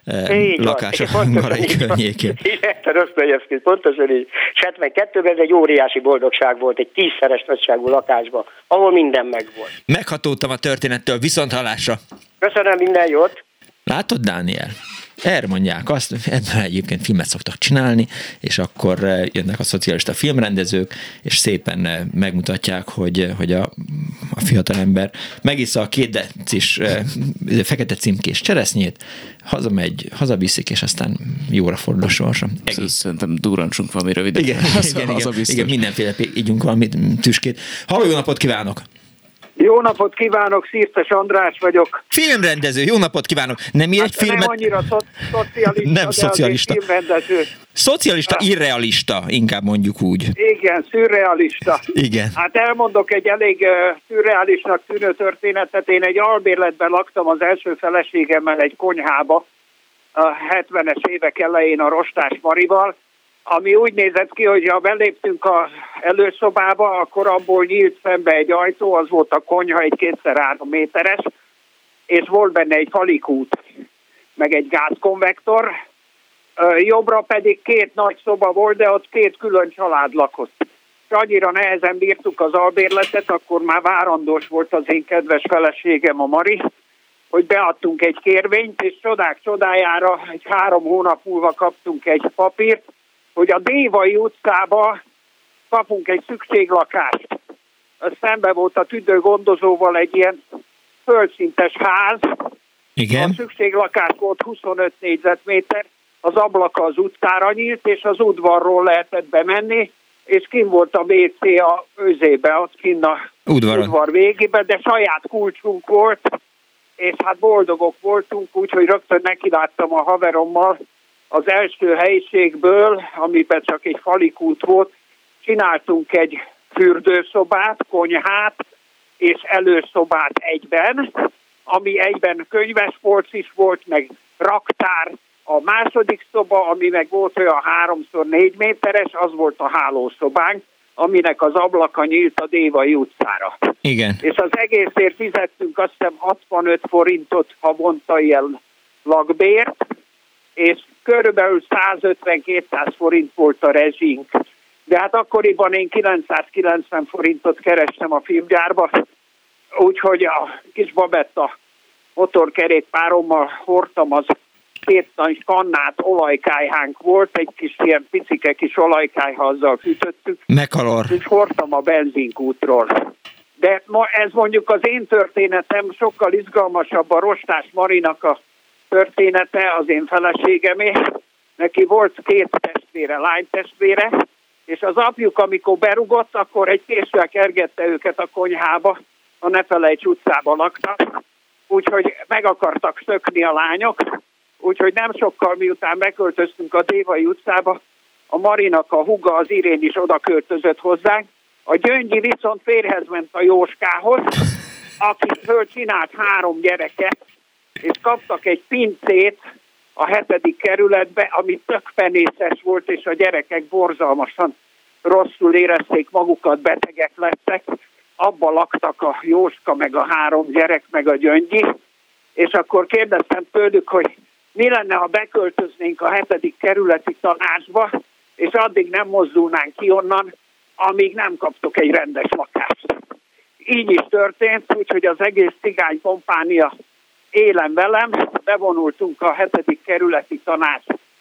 lakás a Garai környékén. Igen, a Dostoyevsky, pontosan így. 72-ben ez egy óriási boldogság volt, egy 10-szeres nagyságú lakásban, ahol minden megvolt. Meghatódtam a történettől, viszonthallásra. Köszönöm, minden jót. Látod, Dániel? Erre mondják azt, ebből egyébként filmet szoktak csinálni, és akkor jönnek a szocialista filmrendezők, és szépen megmutatják, hogy a fiatalember megissza a 2 decis fekete címkés cseresznyét, hazaviszik, és aztán jóra fordul a sorsa. Szerintem durrancsunk valami rövidet. Igen, mindenféle ígyunk valami tüskét. Halló, jó napot kívánok! Jó napot kívánok, Szirtes András vagyok. Filmrendező, jó napot kívánok. Nem ír egy filmet? Nem annyira szocialista, nem szocialista. Filmrendező. Szocialista, irrealista, inkább mondjuk úgy. Igen, szürrealista. Igen. Hát elmondok egy elég szürrealisnak tűnő történetet. Én egy albérletben laktam az első feleségemmel egy konyhába a 70-es évek elején a Rostás Marival, ami úgy nézett ki, hogy ha beléptünk az előszobába, akkor abból nyílt szembe egy ajtó, az volt a konyha, egy 2x3 méteres, és volt benne egy falikút, meg egy gázkonvektor. Jobbra pedig 2 nagy szoba volt, de ott 2 külön család lakott. És annyira nehezen bírtuk az albérletet, akkor már várandós volt az én kedves feleségem, a Mari, hogy beadtunk egy kérvényt, és csodák csodájára egy 3 hónap múlva kaptunk egy papírt, hogy a Dévai utcába kapunk egy szükséglakást. Szembe volt a tüdőgondozóval egy ilyen földszintes ház. Igen. A szükséglakás volt 25 négyzetméter, az ablaka az utcára nyílt, és az udvarról lehetett bemenni, és kint volt a WC a őzébe, ott kint a udvar végébe, de saját kulcsunk volt, és hát boldogok voltunk, úgyhogy rögtön nekiláttam a haverommal, az első helyiségből, amiben csak egy falikút volt, csináltunk egy fürdőszobát, konyhát és előszobát egyben, ami egyben könyvespolc is volt, meg raktár. A második szoba, ami meg volt olyan 3x4 méteres, az volt a hálószobánk, aminek az ablaka nyílt a Dévai utcára. Igen. És az egészért fizettünk azt hiszem 65 forintot havonta ilyen lakbért, és körülbelül 150-200 forint volt a rezsink. De hát akkoriban én 990 forintot kerestem a filmgyárba, úgyhogy a kis Babetta motorkerékpárommal hordtam, az 2 nagy kannát, olajkályhánk volt, egy kis ilyen picike kis olajkályha, azzal fűtöttük. Mekalor. És hordtam a benzinkútról. De ez mondjuk az én történetem, sokkal izgalmasabb a Rostás Marinak a története, az én feleségemé. Neki volt 2 testvére, lánytestvére, és az apjuk, amikor berugott, akkor egy késsel kergette őket a konyhába, a Ne Felejts utcába laktak, úgyhogy meg akartak szökni a lányok, úgyhogy nem sokkal miután beköltöztünk a Dévai utcába, a Marinak a húga, az Irén is oda költözött hozzánk, a Gyöngyi viszont férjhez ment a Jóskához, akitől csinált 3 gyereket, és kaptak egy pincét a 7. kerületbe, ami tök fenészes volt, és a gyerekek borzalmasan rosszul érezték magukat, betegek lettek. Abba laktak a Jóska, meg a 3 gyerek, meg a Gyöngyi, és akkor kérdeztem tőlük, hogy mi lenne, ha beköltöznénk a 7. kerületi tanácsba, és addig nem mozdulnánk ki onnan, amíg nem kaptok egy rendes lakást. Így is történt, úgyhogy az egész cigány kompánia élen velem, bevonultunk a 7. kerületi tanács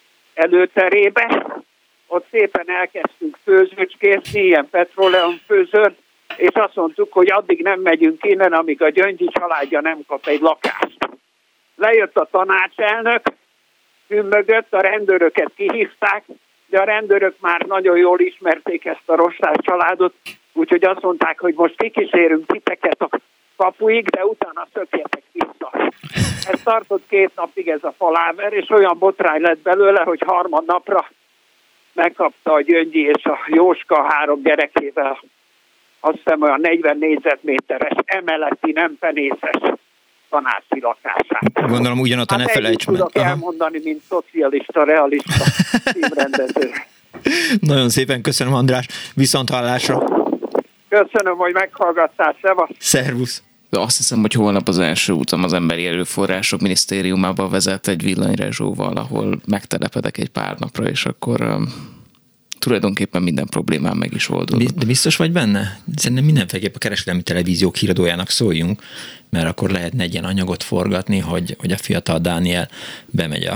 előterébe, ott szépen elkezdtünk főzőcskézni, ilyen petróleum főzőt, és azt mondtuk, hogy addig nem megyünk innen, amíg a Gyöngyi családja nem kap egy lakást. Lejött a tanácselnök, hümmögött, a rendőröket kihívták, de a rendőrök már nagyon jól ismerték ezt a Rostás családot, úgyhogy azt mondták, hogy most kikísérünk titeket a kapuig, de utána szökjetek vissza. Ez tartott 2 napig ez a paláver, és olyan botrány lett belőle, hogy harmadnapra megkapta a Gyöngyi és a Jóska 3 gyerekével, azt hiszem olyan 40 négyzetméteres emeleti, nem penészes tanácsi lakását. Gondolom ugyanott a Ne Felejts meg. Tudok elmondani, mint szocialista, realista filmrendező. Nagyon szépen köszönöm, András. Viszonthallásra. Köszönöm, hogy meghallgattál. Szevasz. Szervusz. De azt hiszem, hogy holnap az első utam az Emberi Erőforrások Minisztériumába vezet egy villanyrezsóval, ahol megtelepedek egy pár napra, és akkor tulajdonképpen minden problémám meg is oldódott. De biztos vagy benne? Szerintem mindenféleképp a kereskedelmi televíziók híradójának szóljunk, mert akkor lehetne egy ilyen anyagot forgatni, hogy a fiatal Dániel bemegy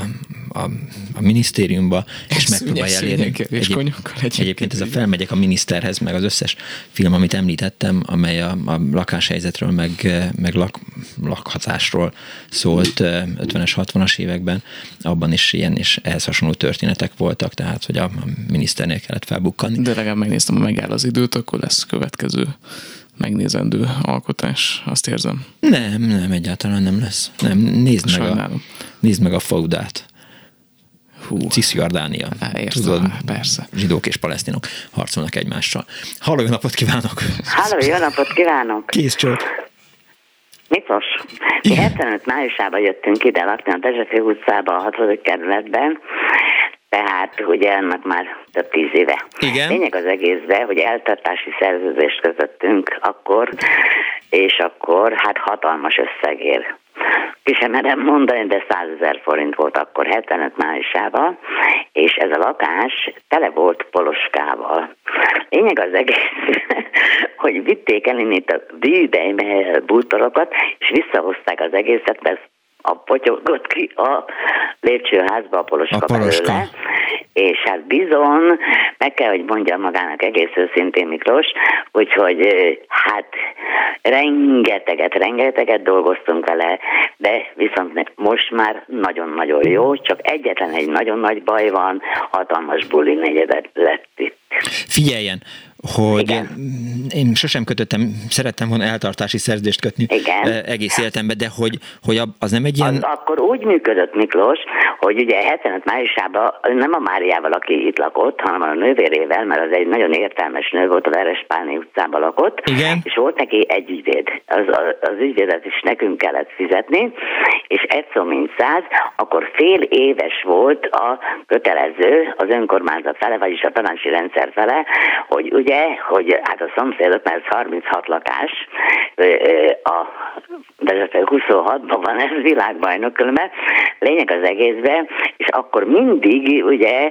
a minisztériumba, és megpróbálja elérni. Egyébként ez a Felmegyek a miniszterhez, meg az összes film, amit említettem, amely a lakáshelyzetről, meg lakhatásról szólt 50-es, 60-as években, abban is ilyen és ehhez hasonló történetek voltak, tehát hogy a miniszternél kellett felbukkanni. De legalább megnéztem, ha megáll az időt, akkor lesz következő megnézendő alkotás, azt érzem. Nem, egyáltalán nem lesz. Nem, nézd meg a Faudát. Cisjordánia. Tudod, persze. Zsidók és palesztinok harcolnak egymással. Halló, jó napot kívánok! Halló, jó napot kívánok! Kész csót! Miklós, mi 75 májusában jöttünk ide lakni a Dezsőfő utcába, a 6. kerületben, tehát ugye ennek már több 10 éve. Igen. Lényeg az egészben, hogy eltartási szerződést kötöttünk akkor, és akkor hát hatalmas összegér. Ki sem merem mondani, de 100 000 forint volt akkor 75 májusában, és ez a lakás tele volt poloskával. Lényeg az egész, hogy vitték el itt a díjbeimely bútorokat, és visszahozták az egészet, mert a potyogott ki a lépcsőházba a poloska belőle, és hát bizony, meg kell, hogy mondjam magának egész őszintén Miklós, úgyhogy hát rengeteget dolgoztunk vele, de viszont most már nagyon-nagyon jó, csak egyetlen egy nagyon nagy baj van, hatalmas buli negyedet lett itt. Figyeljen, hogy én sosem szerettem volna eltartási szerződést kötni egész életemben, de hogy az nem egy ilyen... Az akkor úgy működött, Miklós, hogy ugye 75 májusában nem a Máriával, aki itt lakott, hanem a nővérével, mert az egy nagyon értelmes nő volt, a Verespálné utcában lakott, igen. És volt neki egy ügyvéd. Az ügyvédet is nekünk kellett fizetni, és egy szó mint 100, akkor fél éves volt a kötelező az önkormányzat fele, vagyis a tanácsi rendszer fele, hogy ugye, hogy hát a szomszédok, mert ez 36 lakás, de 26-ban van ez világbajnok különben, lényeg az egészben, és akkor mindig ugye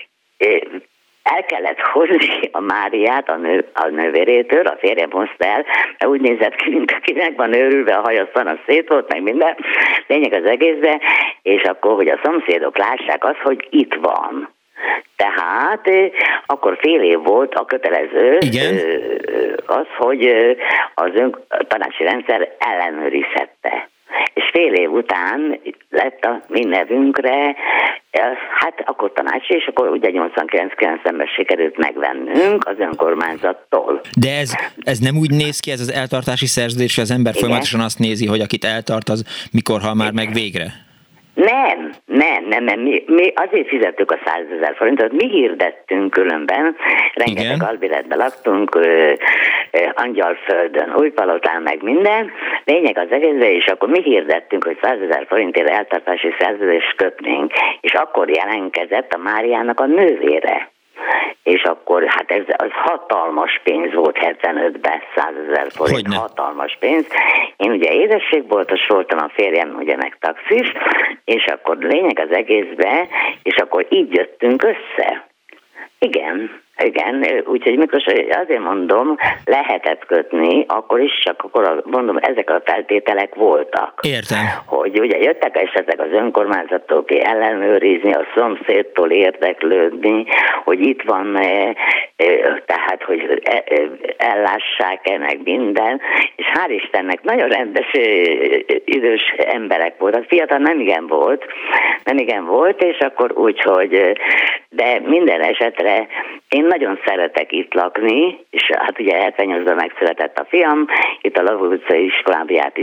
el kellett hozni a Máriát a nővérétől, a férjem hozta el, mert úgy nézett ki, mint akinek van őrülve, a haja szana szét volt, meg minden. Lényeg az egészben, és akkor, hogy a szomszédok lássák azt, hogy itt van. Tehát akkor fél év volt a kötelező az, hogy az tanácsi rendszer ellenőrizhette. És fél év után lett a mi nevünkre, hát akkor tanácsi, és akkor ugye 89-90-ben sikerült megvennünk az önkormányzattól. De ez nem úgy néz ki, ez az eltartási szerződés, hogy az ember folyamatosan azt nézi, hogy akit eltart, az mikor hal már meg végre? Nem. Mi azért fizettük a 100 000 forintot, mi hirdettünk különben, rengeteg albiletben laktunk, Angyalföldön, Újpalotán, meg minden, lényeg az egészben, és akkor mi hirdettünk, hogy 100 000 forintért eltartási szerződést kötnénk, és akkor jelentkezett a Máriának a nővére. És akkor, hát ez az hatalmas pénz volt 75-ben, 100 000 forint, hogyne? Hatalmas pénz. Én ugye édességboltos voltam, a férjem ugye meg taxis, és akkor lényeg az egészben, és akkor így jöttünk össze. Igen, úgyhogy mikor azért mondom, lehetett kötni, akkor is, csak akkor mondom, ezek a feltételek voltak. Értem. Hogy ugye jöttek esetleg az önkormányzattól ki ellenőrizni, a szomszédtól érdeklődni, hogy itt van, tehát, hogy ellássák-e meg minden, és hál' Istennek nagyon rendes idős emberek voltak. Fiatal nem igen volt, és akkor úgy, hogy de minden esetre én nagyon szeretek itt lakni, és hát ugye 78-ban megszületett a fiam, itt a Lavó utcai iskolába járt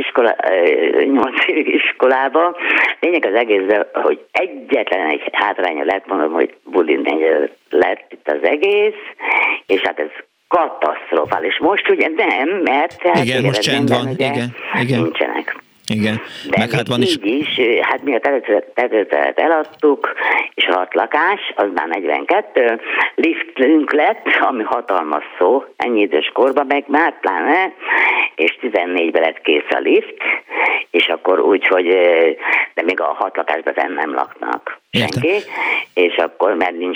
8 évig iskolába. Lényeg az egész, hogy egyetlen egy hátránya lett, mondom, hogy bulin lett itt az egész, és hát ez katasztrofális. Most ugye nem, mert igen, most csend van, igen. Nincsenek. Igen. De meg hát van így is, hát mi a tetőtelet eladtuk, és a 6 lakás, az már 42, liftünk lett, ami hatalmas szó, ennyi idős korban meg már pláne, és 14-ben lett kész a lift, és akkor úgy, hogy de még a 6 lakásban nem laknak senki, és akkor mert nincs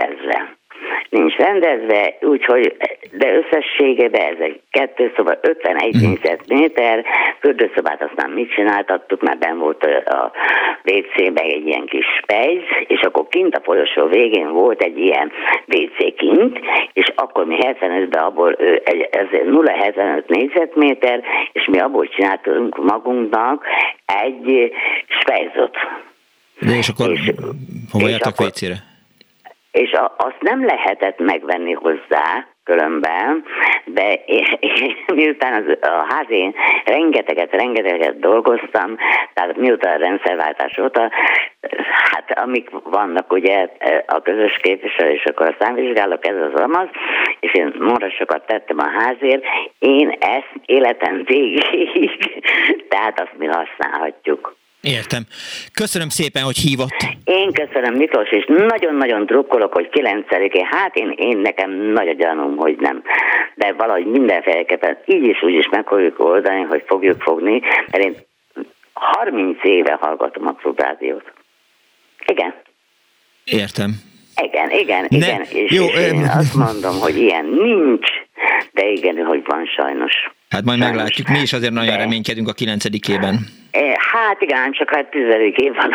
rendezve, úgyhogy, de összességében ez egy 2 szoba, 51 négyzetméter, fürdőszobát aztán mit csináltattuk, mert benn volt a WC-ben egy ilyen kis spejz, és akkor kint a folyosó végén volt egy ilyen WC kint, és akkor mi 75-ben abból, ez 0,75 négyzetméter, és mi abból csináltunk magunknak egy spejzot. De és akkor hova jártak WC-re? És azt nem lehetett megvenni hozzá különben, de miután a házén rengeteget dolgoztam, tehát miután a rendszerváltás óta, hát amik vannak ugye a közös képviselő, és akkor a számvizsgálók, ez az amaz, és én marha sokat tettem a házért, én ezt életem végig, tehát azt mi használhatjuk. Értem. Köszönöm szépen, hogy hívott. Én köszönöm, Miklós, és nagyon-nagyon drukkolok, hogy 9-én, hát én nekem nagy a gyanúm, hogy nem. De valahogy mindenféleképpen így is úgy is meg fogjuk oldani, hogy fogjuk fogni, mert én 30 éve hallgatom a Klubrádiót. Igen. Értem. Igen. És én azt mondom, hogy ilyen nincs, de igen, hogy van sajnos. Hát majd sajnos. Meglátjuk. Mi is azért nagyon reménykedünk a 9-ében. Hát igen, csak hát 10. év van.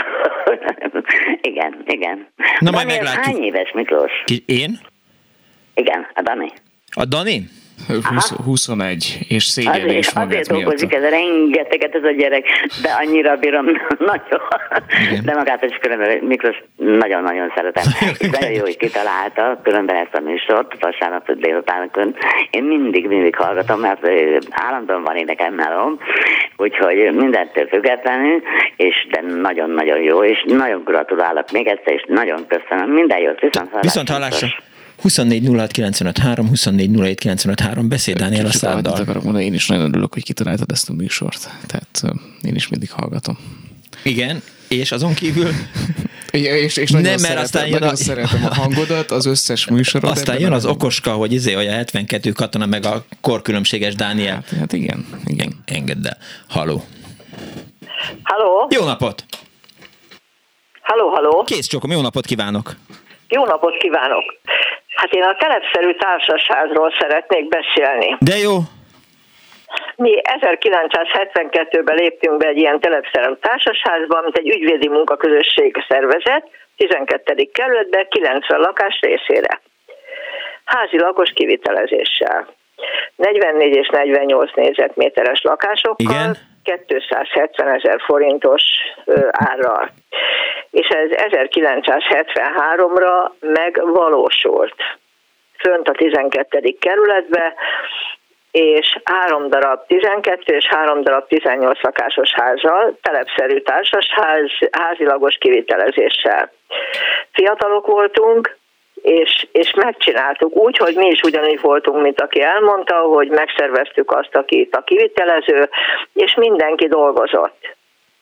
Igen. Na majd meglátjuk. Hány éves, Miklós? Én? Igen, a Dani. A Dani? 21, és szégyelli is magát azért dolgozik ez rengeteget ez a gyerek, de annyira bírom, nagyon. Igen. De magát is különben, Miklós, nagyon-nagyon szeretem. És nagyon jó, hogy kitalálta különben ezt a műsort, vasárnap délutánkon. Én mindig hallgatom, mert állandóan van énekelmelom, úgyhogy mindentől függetlenül, és de nagyon-nagyon jó, és nagyon gratulálok még egyszer, és nagyon köszönöm. Minden jót, viszont hallásra. 24 06 95 3, 24 07 95 3, beszéd Dániel a száddal. Akarok mondani, én is nagyon örülök, hogy kitaláltad ezt a műsort, tehát én is mindig hallgatom. Igen, és azon kívül... És nagyon szeretem a hangodat, az összes műsorod. Aztán jön az okoska, hogy olyan 72 katona, meg a korkülönbséges Dániel. Hát igen. Engedd el. Halló. Halló. Jó napot. Halló. Kész csokom, jó napot kívánok. Jó napot kívánok. Hát én a telepszerű társasházról szeretnék beszélni. De jó. Mi 1972-ben léptünk be egy ilyen telepszerű társasházba, mint egy ügyvédi munkaközösség szervezet, 12. kerületben 90 lakás részére. Házi lakos kivitelezéssel. 44 és 48 négyzetméteres lakásokkal. Igen. 270 000 forintos árral. És ez 1973-ra megvalósult. Fönt a 12. kerületbe, és 3 darab 12 és 3 darab 18 lakásos házzal, telepszerű társasház, házilagos kivitelezéssel. Fiatalok voltunk, és megcsináltuk úgy, hogy mi is ugyanígy voltunk, mint aki elmondta, hogy megszerveztük azt, akit a kivitelező, és mindenki dolgozott.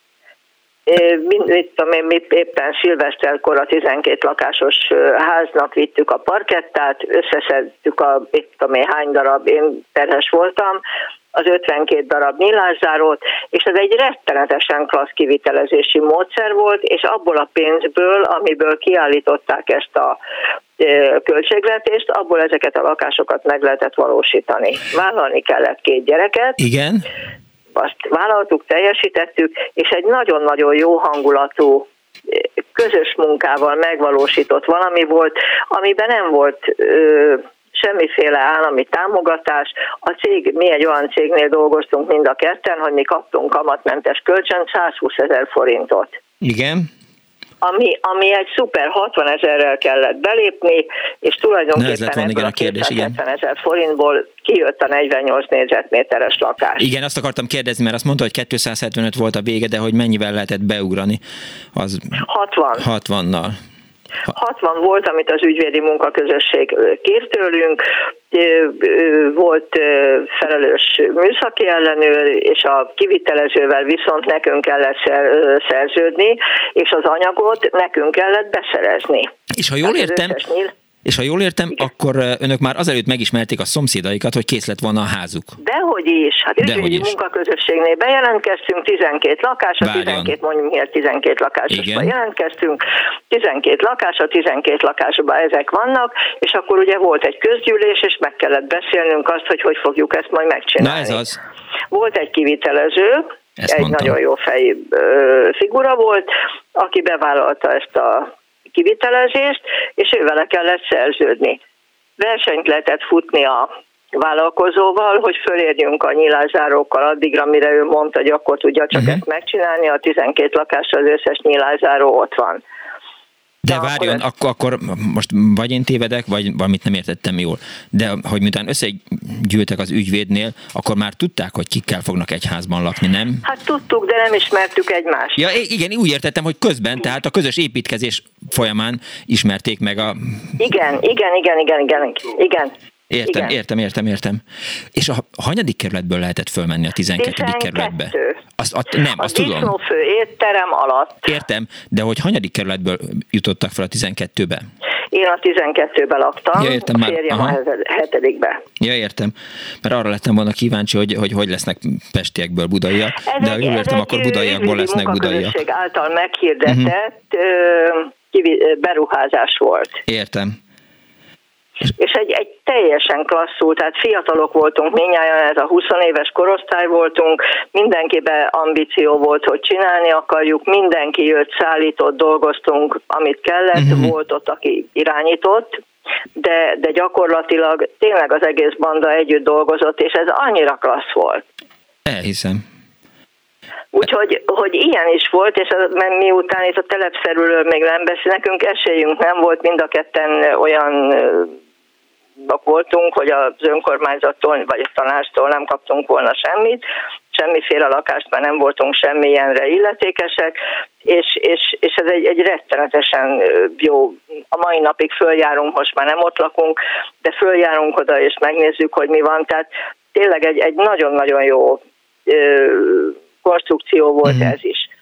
Mi éppen szilveszterkor a 12 lakásos háznak vittük a parkettát, összeszedtük hány darab, én terhes voltam, az 52 darab nyilászárót, és ez egy rettenetesen klassz kivitelezési módszer volt, és abból a pénzből, amiből kiállították ezt a költségvetést, abból ezeket a lakásokat meg lehetett valósítani. Vállalni kellett 2 gyereket. Igen. Azt vállaltuk, teljesítettük, és egy nagyon-nagyon jó hangulatú, közös munkával megvalósított valami volt, amiben nem volt semmiféle állami támogatás. A cég, mi egy olyan cégnél dolgoztunk mind a ketten, hogy mi kaptunk kamatmentes kölcsön 120 000 forintot. Igen. Ami egy szuper 60 000-rel kellett belépni, és tulajdonképpen ebből a 270 000 forintból kijött a 48 négyzetméteres lakás. Igen, azt akartam kérdezni, mert azt mondta, hogy 275 volt a vége, de hogy mennyivel lehetett beugrani? Az 60-nal. 60 volt, amit az ügyvédi munkaközösség kért tőlünk, volt felelős műszaki ellenőr, és a kivitelezővel viszont nekünk kellett szerződni, és az anyagot nekünk kellett beszerezni. És ha jól értem, akkor önök már azelőtt megismerték a szomszédaikat, hogy kész lett volna a házuk. Dehogy is. Hát ügyvédi munkaközösségnél bejelentkeztünk, 12 lakás, a 12 lakásosban jelentkeztünk, 12 lakás, a 12 lakásban ezek vannak, és akkor ugye volt egy közgyűlés, és meg kellett beszélnünk azt, hogy fogjuk ezt majd megcsinálni. Na ez az. Volt egy kivitelező, nagyon jó fej figura volt, aki bevállalta ezt a kivitelezést, és ővele kellett szerződni. Versenyt lehetett futni a vállalkozóval, hogy fölérjünk a nyilászárókkal addigra, mire ő mondta, hogy akkor tudja csak ezt megcsinálni, a 12 lakásra az összes nyilázáró ott van. De várjon, akkor most vagy én tévedek, vagy valamit nem értettem jól. De hogy miután összegyűltek az ügyvédnél, akkor már tudták, hogy kikkel fognak egy házban lakni, nem? Hát tudtuk, de nem ismertük egymást. Ja, igen, úgy értettem, hogy közben, tehát a közös építkezés folyamán ismerték meg a... Igen. Értem. És a hanyadik kerületből lehetett fölmenni a 12. kerületbe? Azt tudom. A disznófő étterem alatt. Értem, de hogy hanyadik kerületből jutottak fel a 12-be? Én a 12-ben laktam, ja, értem, a férjem a 7-be. Ja, értem. Mert arra lettem volna kíváncsi, hogy lesznek pestiekből budaiak, de ha jól értem, akkor budaiakból lesznek budaiak. Ez egy által meghirdetett beruházás volt. Értem. És egy teljesen klasszul, tehát fiatalok voltunk mindnyájan, ez a 20 éves korosztály voltunk, mindenkiben ambíció volt, hogy csinálni akarjuk, mindenki jött, szállított, dolgoztunk, amit kellett, volt ott, aki irányított, de gyakorlatilag tényleg az egész banda együtt dolgozott, és ez annyira klassz volt. Elhiszem. Úgyhogy ilyen is volt, és miután itt a telepszerűről még nem beszél, nekünk esélyünk nem volt, mind a ketten olyan voltunk, hogy az önkormányzattól vagy a tanácstól nem kaptunk volna semmit, semmiféle lakást, már nem voltunk semmilyenre illetékesek, és ez egy rettenetesen jó, a mai napig följárunk, most már nem ott lakunk, de följárunk oda, és megnézzük, hogy mi van, tehát tényleg egy nagyon-nagyon jó konstrukció volt ez is.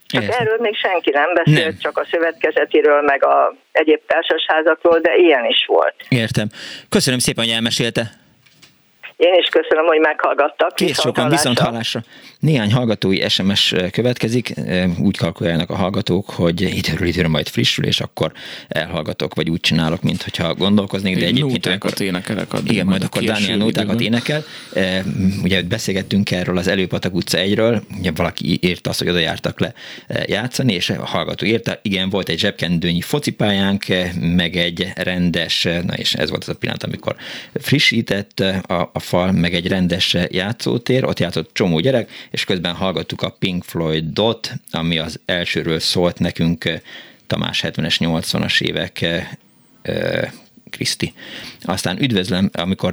Csak erről még senki nem beszélt, csak a szövetkezetiről, meg a egyéb társasházakról, de ilyen is volt. Értem. Köszönöm szépen, hogy elmesélte. Én is köszönöm, hogy meghallgattak. Kész sokan, viszont hallásra. Néhány hallgatói SMS következik. Úgy kalkulálnak a hallgatók, hogy időről időre majd frissül, és akkor elhallgatok, vagy úgy csinálok, mintha gondolkoznék, de egyébként... Nótákat énekelek addig. Igen, majd akkor Dániel nótákat énekel. Ugye beszélgettünk erről az Előpatak utca 1-ről, ugye valaki írta azt, hogy oda jártak le játszani, és a hallgató írta, igen, volt egy zsebkendőnyi focipályánk, meg egy rendes, na és ez volt az a pillanat, amikor frissített a fal, meg egy rendes játszótér, ott játszott csomó gyerek, és közben hallgattuk a Pink Floydot, ami az elsőről szólt nekünk Tamás 70-es, 80-as évek Kriszti. Aztán üdvözlöm, amikor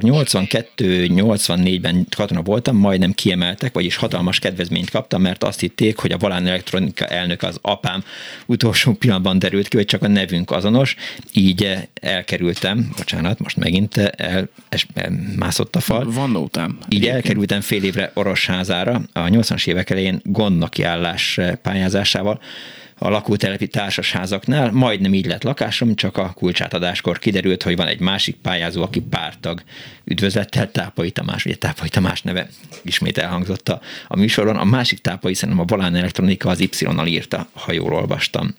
82-84-ben katona voltam, majdnem kiemeltek, vagyis hatalmas kedvezményt kaptam, mert azt hitték, hogy a Volán Elektronika elnök az apám. Utolsó pillanatban derült ki, hogy csak a nevünk azonos, így elkerültem, bocsánat, most megint mászott a fal. Van nótám. Így elkerültem fél évre Orosházára, a 80-as évek elején gondnokiállás pályázásával, a lakótelepi társasházaknál, majdnem így lett lakásom, csak a kulcsátadáskor kiderült, hogy van egy másik pályázó, aki pártag. Üdvözlettel Tápai Tamás, ugye Tápai Tamás neve ismét elhangzott a műsoron. A másik Tápai szerintem a Volán Elektronika az Y-nal írta, ha jól olvastam.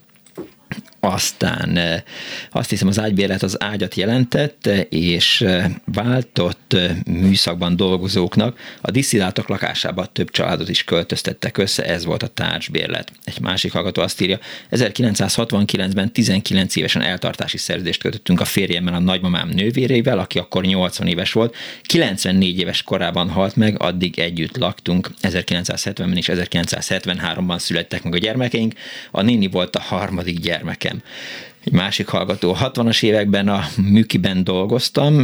Aztán azt hiszem az ágybérlet az ágyat jelentett, és váltott műszakban dolgozóknak a disztilátok lakásába több családot is költöztettek össze, ez volt a társbérlet. Egy másik hallgató azt írja, 1969-ben 19 évesen eltartási szerződést kötöttünk a férjemmel, a nagymamám nővérével, aki akkor 80 éves volt, 94 éves korában halt meg, addig együtt laktunk, 1970-ben és 1973-ban születtek meg a gyermekeink, a néni volt a harmadik gyermekem. Egy másik hallgató, 60-as években a Műkiben dolgoztam,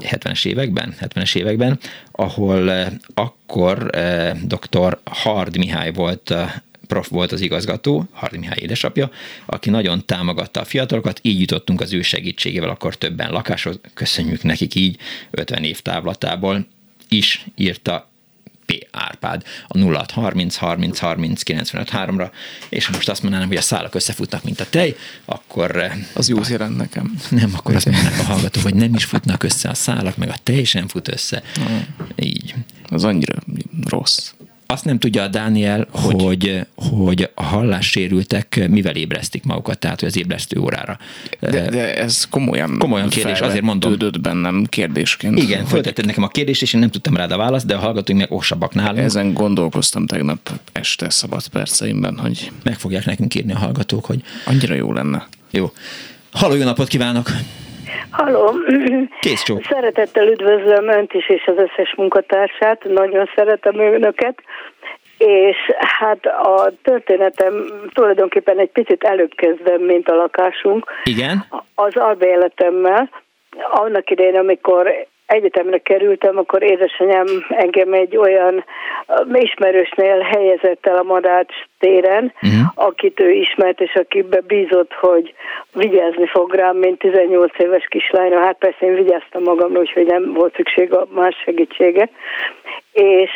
70-es években, ahol akkor dr. Hard Mihály volt, prof volt az igazgató, Hardy Mihály édesapja, aki nagyon támogatta a fiatalokat, így jutottunk az ő segítségével akkor többen lakáshoz, köszönjük nekik így 50 év távlatából is, írta P. Árpád a 0630 30 30 95 3-ra, és most azt mondanám, hogy a szálak összefutnak, mint a tej, akkor... Az jót jelent nekem. Nem, akkor azt mondanak a hallgatók, hogy nem is futnak össze a szálak, meg a tej sem fut össze. Így. Az annyira rossz. Azt nem tudja a Dániel, hogy a hallássérültek mivel ébresztik magukat, tehát hogy az ébresztő órára. De ez komolyan kérdés, azért mondom. Bennem kérdésként. Igen, föltetted nekem a kérdést, és én nem tudtam rád a választ, de a hallgatóink meg okosabbak nálunk. Ezen gondolkoztam tegnap este szabad perceimben, hogy... Meg fogják nekünk írni a hallgatók, hogy... Annyira jó lenne. Jó. Halló, jó napot kívánok! Halló! Kész csók! Szeretettel üdvözlöm Önt is és az összes munkatársát, nagyon szeretem Önöket, és hát a történetem tulajdonképpen egy picit előbb kezdem, mint a lakásunk. Igen? Az albérletemmel. Annak idején, amikor egyetemre kerültem, akkor édesanyám engem egy olyan ismerősnél helyezett el a Madács téren, akit ő ismert, és akibe bízott, hogy vigyázni fog rám, mint 18 éves kislány. Hát persze én vigyáztam magamra, úgyhogy nem volt szükség a más segítsége. És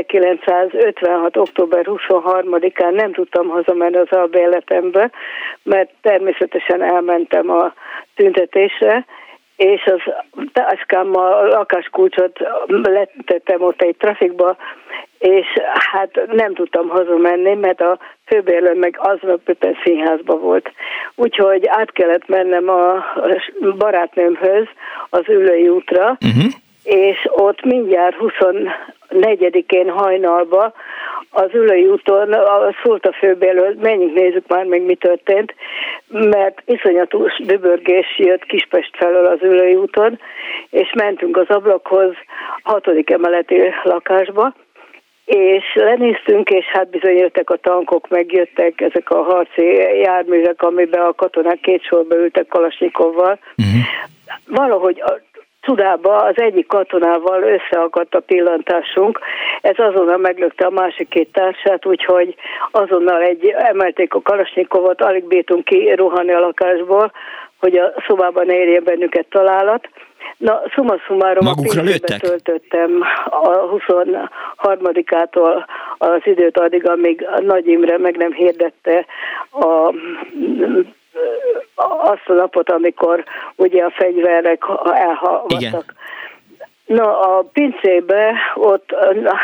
1956. október 23-án nem tudtam hazamenni az albérletembe, mert természetesen elmentem a tüntetésre, és az táskámmal a lakáskulcsot letettem ott egy trafikba, és hát nem tudtam hazamenni, mert a főbérlőm meg aznap éppen színházba volt. Úgyhogy át kellett mennem a barátnőmhöz, az Üllői útra, és ott mindjárt 24-én hajnalba az Üllői úton szólt a főbérlő, menjünk, nézzük már meg, mi történt, mert iszonyatos dübörgés jött Kispest felől az Üllői úton, és mentünk az ablakhoz, 6. emeleti lakásba, és lenéztünk, és hát bizony jöttek a tankok, megjöttek ezek a harci járművek, amiben a katonák két sorba ültek Kalasnyikovval. Valahogy Csudába az egyik katonával összeakadt a pillantásunk, ez azonnal meglökte a másik két társát, úgyhogy azonnal emelték a Kalasnyikovot, alig bírtunk kiruhanni a lakásból, hogy a szobában érjen bennünket találat, Na, summa summarum, magukra lőttek? Töltöttem a 23-ától az időt addig, amíg a Nagy Imre meg nem hirdette azt a napot, amikor ugye a fegyverek elhallgattak. Igen. Na, a pincébe ott,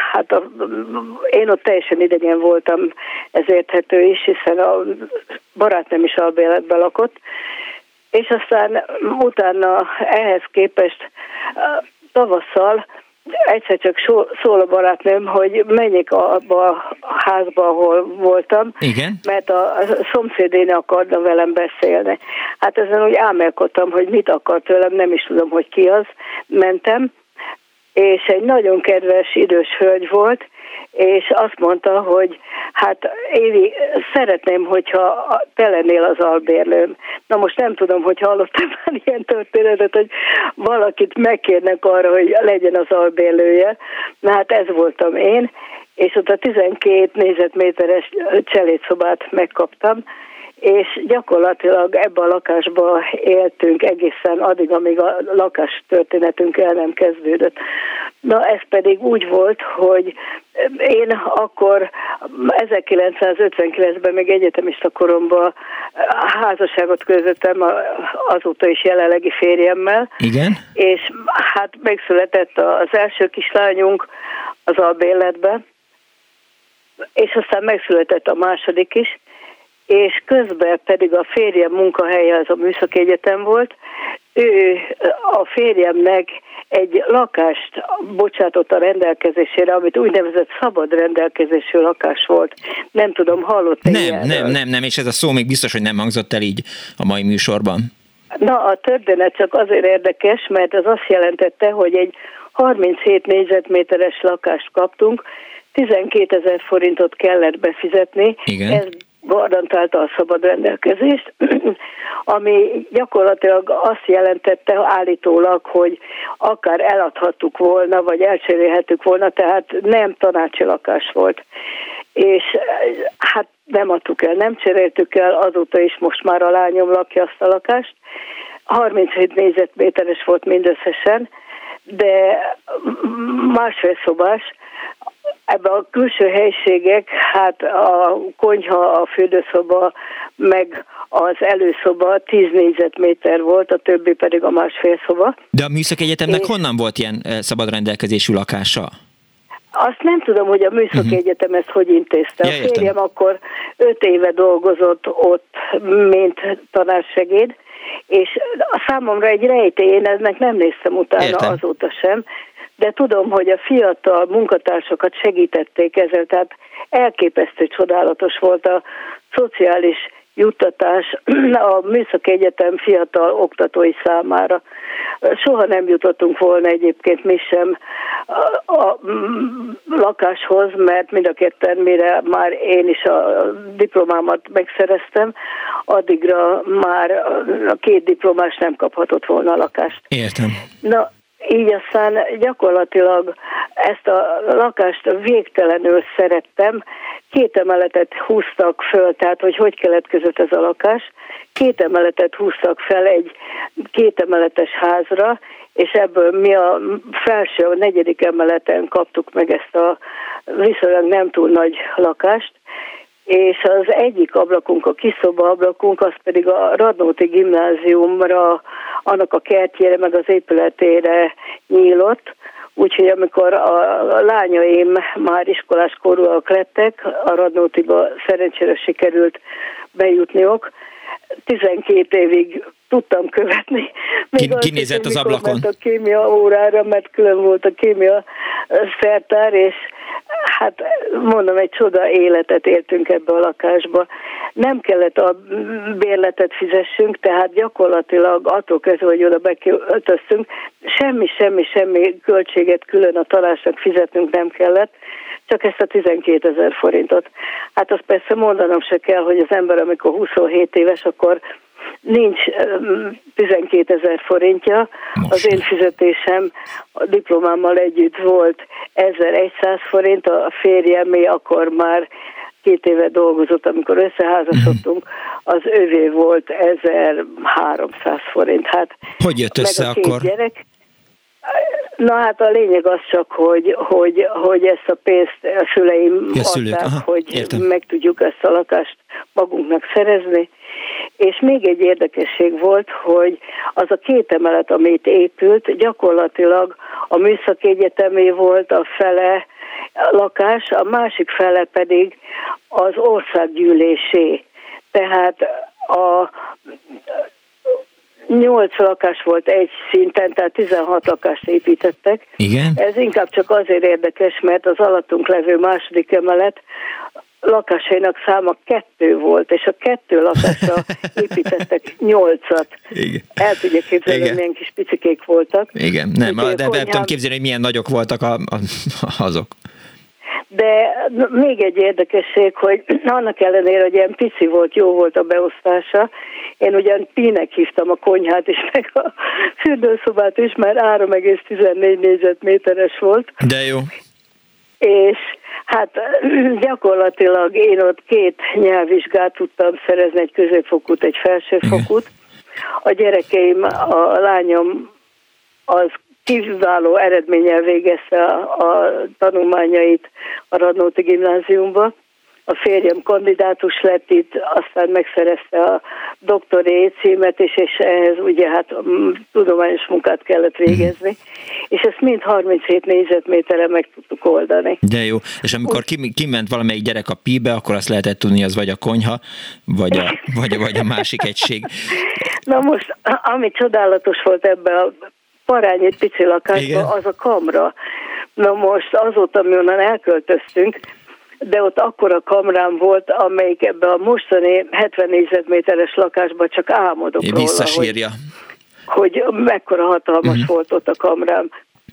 én ott teljesen idegen voltam, ez érthető is, hiszen a barátnőm is albérletben lakott, és aztán utána ehhez képest tavasszal egyszer csak szól a barátnőm, hogy menjek abba a házba, ahol voltam. Igen. Mert a szomszédéne akarna velem beszélni. Hát ezen úgy álmélkodtam, hogy mit akar tőlem, nem is tudom, hogy ki az. Mentem, és egy nagyon kedves idős hölgy volt, és azt mondta, hogy hát Évi, szeretném, hogyha te lennél az albérlőm. Na most nem tudom, hogy hallottam már ilyen történetet, hogy valakit megkérnek arra, hogy legyen az albérlője. Na hát ez voltam én, és ott a 12 négyzetméteres cselédszobát megkaptam, és gyakorlatilag ebben a lakásban éltünk egészen addig, amíg a lakástörténetünk el nem kezdődött. Na, ez pedig úgy volt, hogy én akkor 1959-ben még egyetemista koromban házasságot kötöttem azóta is jelenlegi férjemmel. Igen. És hát megszületett az első kislányunk az albérletben, és aztán megszületett a második is, és közben pedig a férjem munkahelye az a Műszaki Egyetem volt. Ő a férjemnek egy lakást bocsátott a rendelkezésére, amit úgynevezett szabad rendelkezésű lakás volt. Nem tudom, hallott-e Nem, és ez a szó még biztos, hogy nem hangzott el így a mai műsorban. Na, a történet csak azért érdekes, mert ez azt jelentette, hogy egy 37 négyzetméteres lakást kaptunk, 12 000 forintot kellett befizetni. Igen. Ez garantálta a szabad rendelkezést, ami gyakorlatilag azt jelentette állítólag, hogy akár eladhattuk volna, vagy elcserélhettük volna, tehát nem tanácsi lakás volt. És hát nem adtuk el, nem cseréltük el, azóta is most már a lányom lakja azt a lakást. 37 négyzetméteres volt mindösszesen, de másfél szobás. Ebben a külső helyiségek, hát a konyha, a fürdőszoba, meg az előszoba 10 négyzetméter volt, a többi pedig a másfél szoba. De a Műszaki Egyetemnek honnan volt ilyen szabad rendelkezésű lakása? Azt nem tudom, hogy a Műszaki Egyetem ezt hogy intézte. A férjem akkor 5 éve dolgozott ott, mint tanársegéd, és a számomra egy rejtély, én ennek nem néztem utána azóta sem, de tudom, hogy a fiatal munkatársakat segítették ezzel, tehát elképesztő csodálatos volt a szociális juttatás a Műszaki Egyetem fiatal oktatói számára. Soha nem jutottunk volna egyébként mi sem a lakáshoz, mert mind a ketten, mire már én is a diplomámat megszereztem, addigra már a 2 diplomás nem kaphatott volna a lakást. Értem. Na, így aztán gyakorlatilag ezt a lakást végtelenül szerettem. 2 emeletet húztak föl, tehát hogy keletkezett ez a lakás. 2 emeletet húztak fel egy 2 emeletes házra, és ebből mi a felső, a 4. emeleten kaptuk meg ezt a viszonylag nem túl nagy lakást, és az egyik ablakunk, a kiszoba ablakunk, az pedig a Radnóti Gimnáziumra, annak a kertjére, meg az épületére nyílott, úgyhogy amikor a lányaim már iskolás korúak lettek, a Radnótiba szerencsére sikerült bejutniuk, 12 évig tudtam követni. Kinézett az ablakon? A kémia órára, mert külön volt a kémia szertár, és hát mondom, egy csoda életet éltünk ebbe a lakásba. Nem kellett a bérletet fizessünk, tehát gyakorlatilag attól kezdve, hogy oda beköltöztünk, semmi költséget külön a tanácsnak fizetnünk nem kellett, csak ezt a 12 000 forintot. Hát azt persze mondanom se kell, hogy az ember, amikor 27 éves, akkor nincs 12 000 forintja. Az én fizetésem a diplomámmal együtt volt 1100 forint, a férjemé akkor már 2 éve dolgozott, amikor összeházasodtunk, az övé volt 1300 forint. Hát hogy jött össze meg a 2 akkor? gyerek. Na hát a lényeg az csak, hogy ezt a pénzt a szüleim adták, hogy értem. Meg tudjuk ezt a lakást magunknak szerezni. És még egy érdekesség volt, hogy az a 2 emelet, amit épült, gyakorlatilag a Műszaki Egyetemé volt a fele lakás, a másik fele pedig az országgyűlésé. Tehát a 8 lakás volt egy szinten, tehát 16 lakást építettek. Igen. Ez inkább csak azért érdekes, mert az alattunk levő második emelet lakásainak száma 2 volt, és a 2 lakásra építettek 8-at. Igen. El tudja képzelni, hogy milyen kis picikék voltak. Igen, nem, de el tudom képzelni, hogy milyen nagyok voltak azok. De még egy érdekesség, hogy annak ellenére, hogy ilyen pici volt, jó volt a beosztása, én ugyan P-nek hívtam a konyhát is, meg a fürdőszobát is, mert 3,14 négyzetméteres volt. De jó. És hát gyakorlatilag én ott 2 nyelvvizsgát tudtam szerezni, egy középfokút, egy felsőfokút. A gyerekeim, a lányom az kiváló eredménnyel végezte a tanulmányait a Radnóti Gimnáziumba. A férjem kandidátus lett itt, aztán megszerezte a doktori címet is, és ehhez ugye hát tudományos munkát kellett végezni. És ezt mind 37 négyzetméterre meg tudtuk oldani. De jó. És amikor kiment valamelyik gyerek a Pi-be, akkor azt lehetett tudni, az vagy a konyha, vagy a másik egység. Na most, ami csodálatos volt ebben a parányi pici lakásban, az a kamra. Na most azóta, mi onnan elköltöztünk, de ott akkora kamrám volt, amelyik ebben a mostani 70 négyzetméteres lakásban csak álmodok róla, visszasírja. Hogy mekkora hatalmas volt ott a kamrám.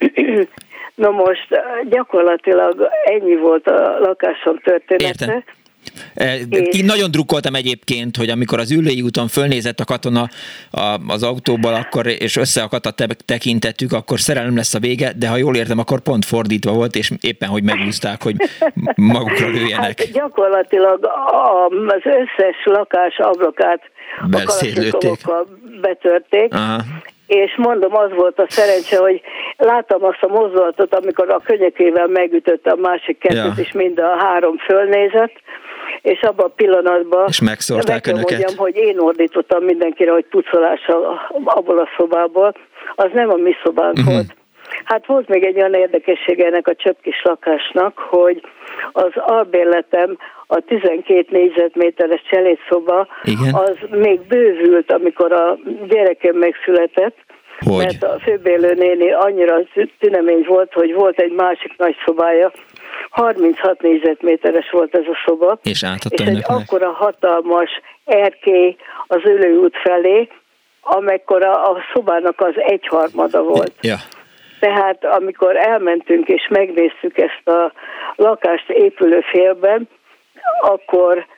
Na most gyakorlatilag ennyi volt a lakásom története. Értem. Én nagyon drukkoltam egyébként, hogy amikor az Üllői úton fölnézett a katona az autóból, akkor, és összeakadt a tekintetük, akkor szerelem lesz a vége, de ha jól értem, akkor pont fordítva volt, és éppen, hogy megúzták, hogy magukra lőjenek. Hát gyakorlatilag az összes lakás ablakát a kalasnyikovokkal betörték. Aha. És mondom, az volt a szerencse, hogy láttam azt a mozdulatot, amikor a könyökével megütötte a másik 2-t, és mind a 3 fölnézett, és abban a pillanatban és megszórták önöket. Mondjam, hogy én ordítottam mindenkire, hogy pucolással abból a szobából. Az nem a mi szobánk volt. Hát volt még egy olyan érdekessége ennek a csöpkis lakásnak, hogy az albérletem, a 12 négyzetméteres cselédszoba, az még bővült, amikor a gyerekem megszületett. Hogy? Mert a főbérlő néni annyira tünemény volt, hogy volt egy másik nagy szobája, 36 négyzetméteres volt ez a szoba, és egy akkora hatalmas erkély az Üllői út felé, amekkora a szobának az 1/3 volt. Ja. Tehát amikor elmentünk és megnéztük ezt a lakást épülő félben, akkor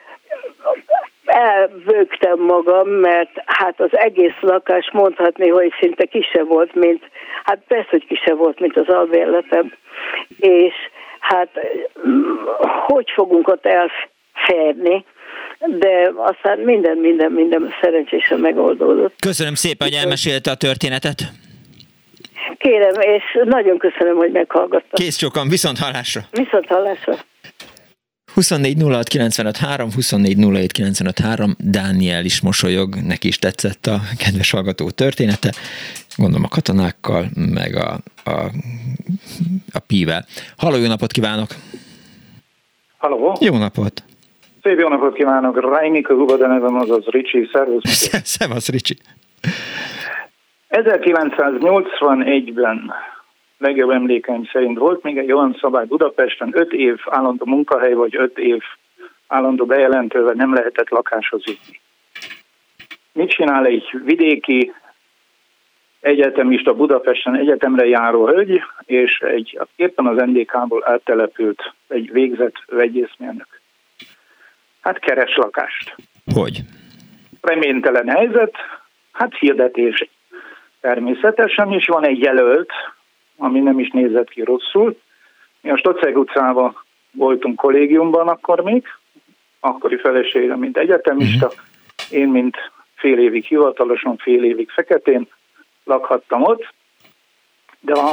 elvögtem magam, mert hát az egész lakás mondhatni, hogy szinte kisebb volt, hát persze, hogy kisebb volt, mint az albérletem. És hát hogy fogunk ott elférni, de aztán minden szerencsésen megoldódott. Köszönöm szépen, hogy elmesélte a történetet. Kérem, és nagyon köszönöm, hogy meghallgattam. Kész csókan, viszont hallásra. Viszont hallásra. 24 06 95 3, 24 07 95 3, Dániel is mosolyog, neki is tetszett a kedves hallgató története, gondolom a katonákkal, meg a Pi-vel. Halló, jó napot kívánok! Halló! Jó napot! Szép jó napot kívánok! Rajnika Huba, nevem, azaz Ricsi, szervusz! Szevasz, Ricsi! 1981-ben legjobb emlékeim szerint volt még egy olyan szabály Budapesten, 5 év állandó munkahely, vagy 5 év állandó bejelentővel nem lehetett lakáshoz jutni. Mit csinál egy vidéki egyetemista, Budapesten egyetemre járó hölgy, és éppen az NDK-ból áttelepült egy végzett vegyészmérnök? Hát keres lakást. Hogy? Reménytelen helyzet, hát hirdetés természetesen, és van egy jelölt, ami nem is nézett ki rosszul. Mi a Stoceg utcában voltunk kollégiumban akkor még, akkori feleségre, mint egyetemista, én, mint fél évig hivatalosan, fél évig feketén lakhattam ott, de a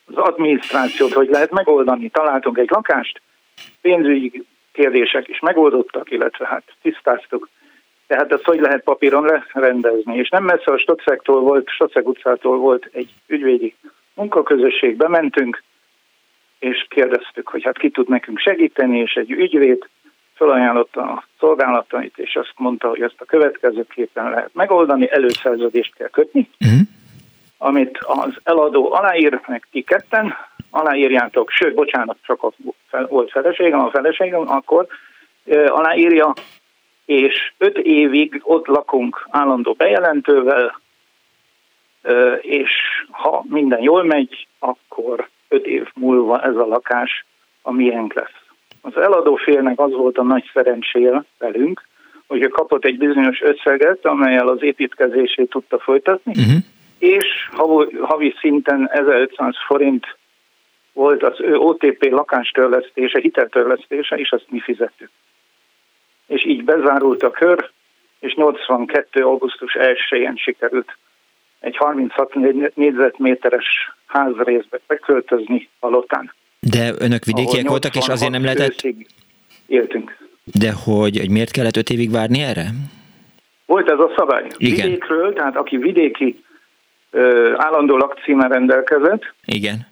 az adminisztrációt hogy lehet megoldani. Találtunk egy lakást, pénzügyi kérdések is megoldottak, illetve hát tisztáztuk. Tehát ezt hogy lehet papíron lerendezni. És nem messze a Stoczek utcától volt egy ügyvédi munkaközösség, bementünk, és kérdeztük, hogy hát ki tud nekünk segíteni, és egy ügyvéd felajánlotta a szolgálatait, és azt mondta, hogy ezt a következőképpen lehet megoldani, előszerződést kell kötni, amit az eladó aláír, meg ti ketten aláírjátok, sőt, bocsánat, csak volt feleségem, akkor aláírja, és 5 évig ott lakunk állandó bejelentővel, és ha minden jól megy, akkor 5 év múlva ez a lakás a miénk lesz. Az eladó félnek az volt a nagy szerencséje velünk, hogy ő kapott egy bizonyos összeget, amellyel az építkezését tudta folytatni, és havi szinten 1500 forint volt az ő OTP lakástörlesztése, hiteltörlesztése, és azt mi fizettük. És így bezárult a kör, és 82. augusztus 1-én sikerült egy 36 négyzetméteres házrészbe beköltözni Palotán. De önök vidékiek voltak, és azért nem lehetett... Éltünk. De hogy miért kellett 5 évig várni erre? Volt ez a szabály. Igen. Vidékről, tehát aki vidéki állandó lakcímen rendelkezett. Igen.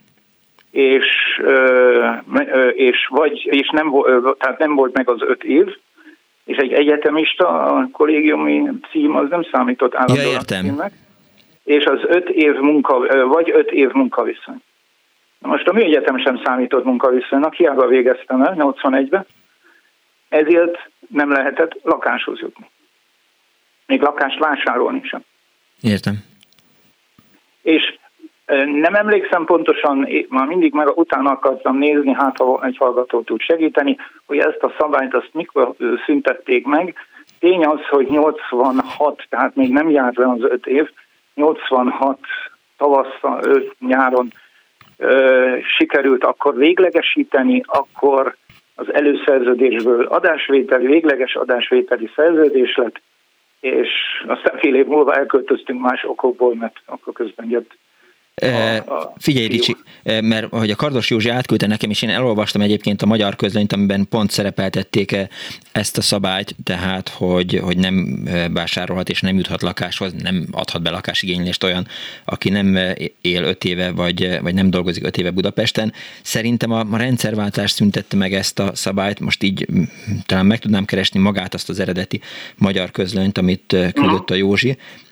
Tehát nem volt meg az 5 év, és egy egyetemista, a kollégiumi cím az nem számított állandó lakcímnek, és az 5 év vagy 5 év munkaviszony. Most a műegyetem sem számított munkaviszonynak, hiába végeztem el 81-ben, ezért nem lehetett lakáshoz jutni. Még lakást vásárolni sem. Értem. És nem emlékszem pontosan, már mindig utána akartam nézni, hát ha egy hallgató tud segíteni, hogy ezt a szabályt azt mikor szüntették meg. Tény az, hogy 86, tehát még nem járt le az 5 év, 86 tavasszal, nyáron sikerült akkor véglegesíteni, akkor az előszerződésből végleges adásvételi szerződés lett, és aztán fél év múlva elköltöztünk más okokból, mert akkor közben jött Figyelj, Ricsi, mert hogy a Kardos Józsi átküldte nekem, és én elolvastam egyébként a Magyar Közlönyt, amiben pont szerepeltették ezt a szabályt, tehát, hogy nem vásárolhat és nem juthat lakáshoz, nem adhat be lakásigénylést olyan, aki nem él 5 éve, vagy nem dolgozik 5 éve Budapesten. Szerintem a rendszerváltás szüntette meg ezt a szabályt, most így talán meg tudnám keresni magát azt az eredeti Magyar Közlönyt, amit küldött a Józsi,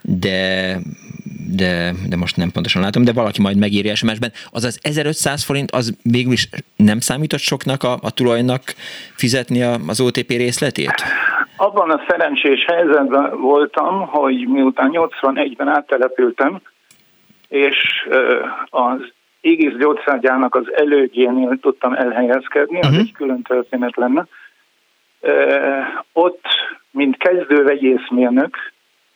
de most nem pontosan látom, de valaki majd megírja SMS-ben. Azaz 1500 forint az végül is nem számított soknak a tulajnak fizetni az OTP részletét? Abban a szerencsés helyzetben voltam, hogy miután 81-ben áttelepültem, és az Égész gyógyszergyárnak az elődjénél tudtam elhelyezkedni, az egy külön történet lenne. Ott, mint kezdő vegyészmérnök,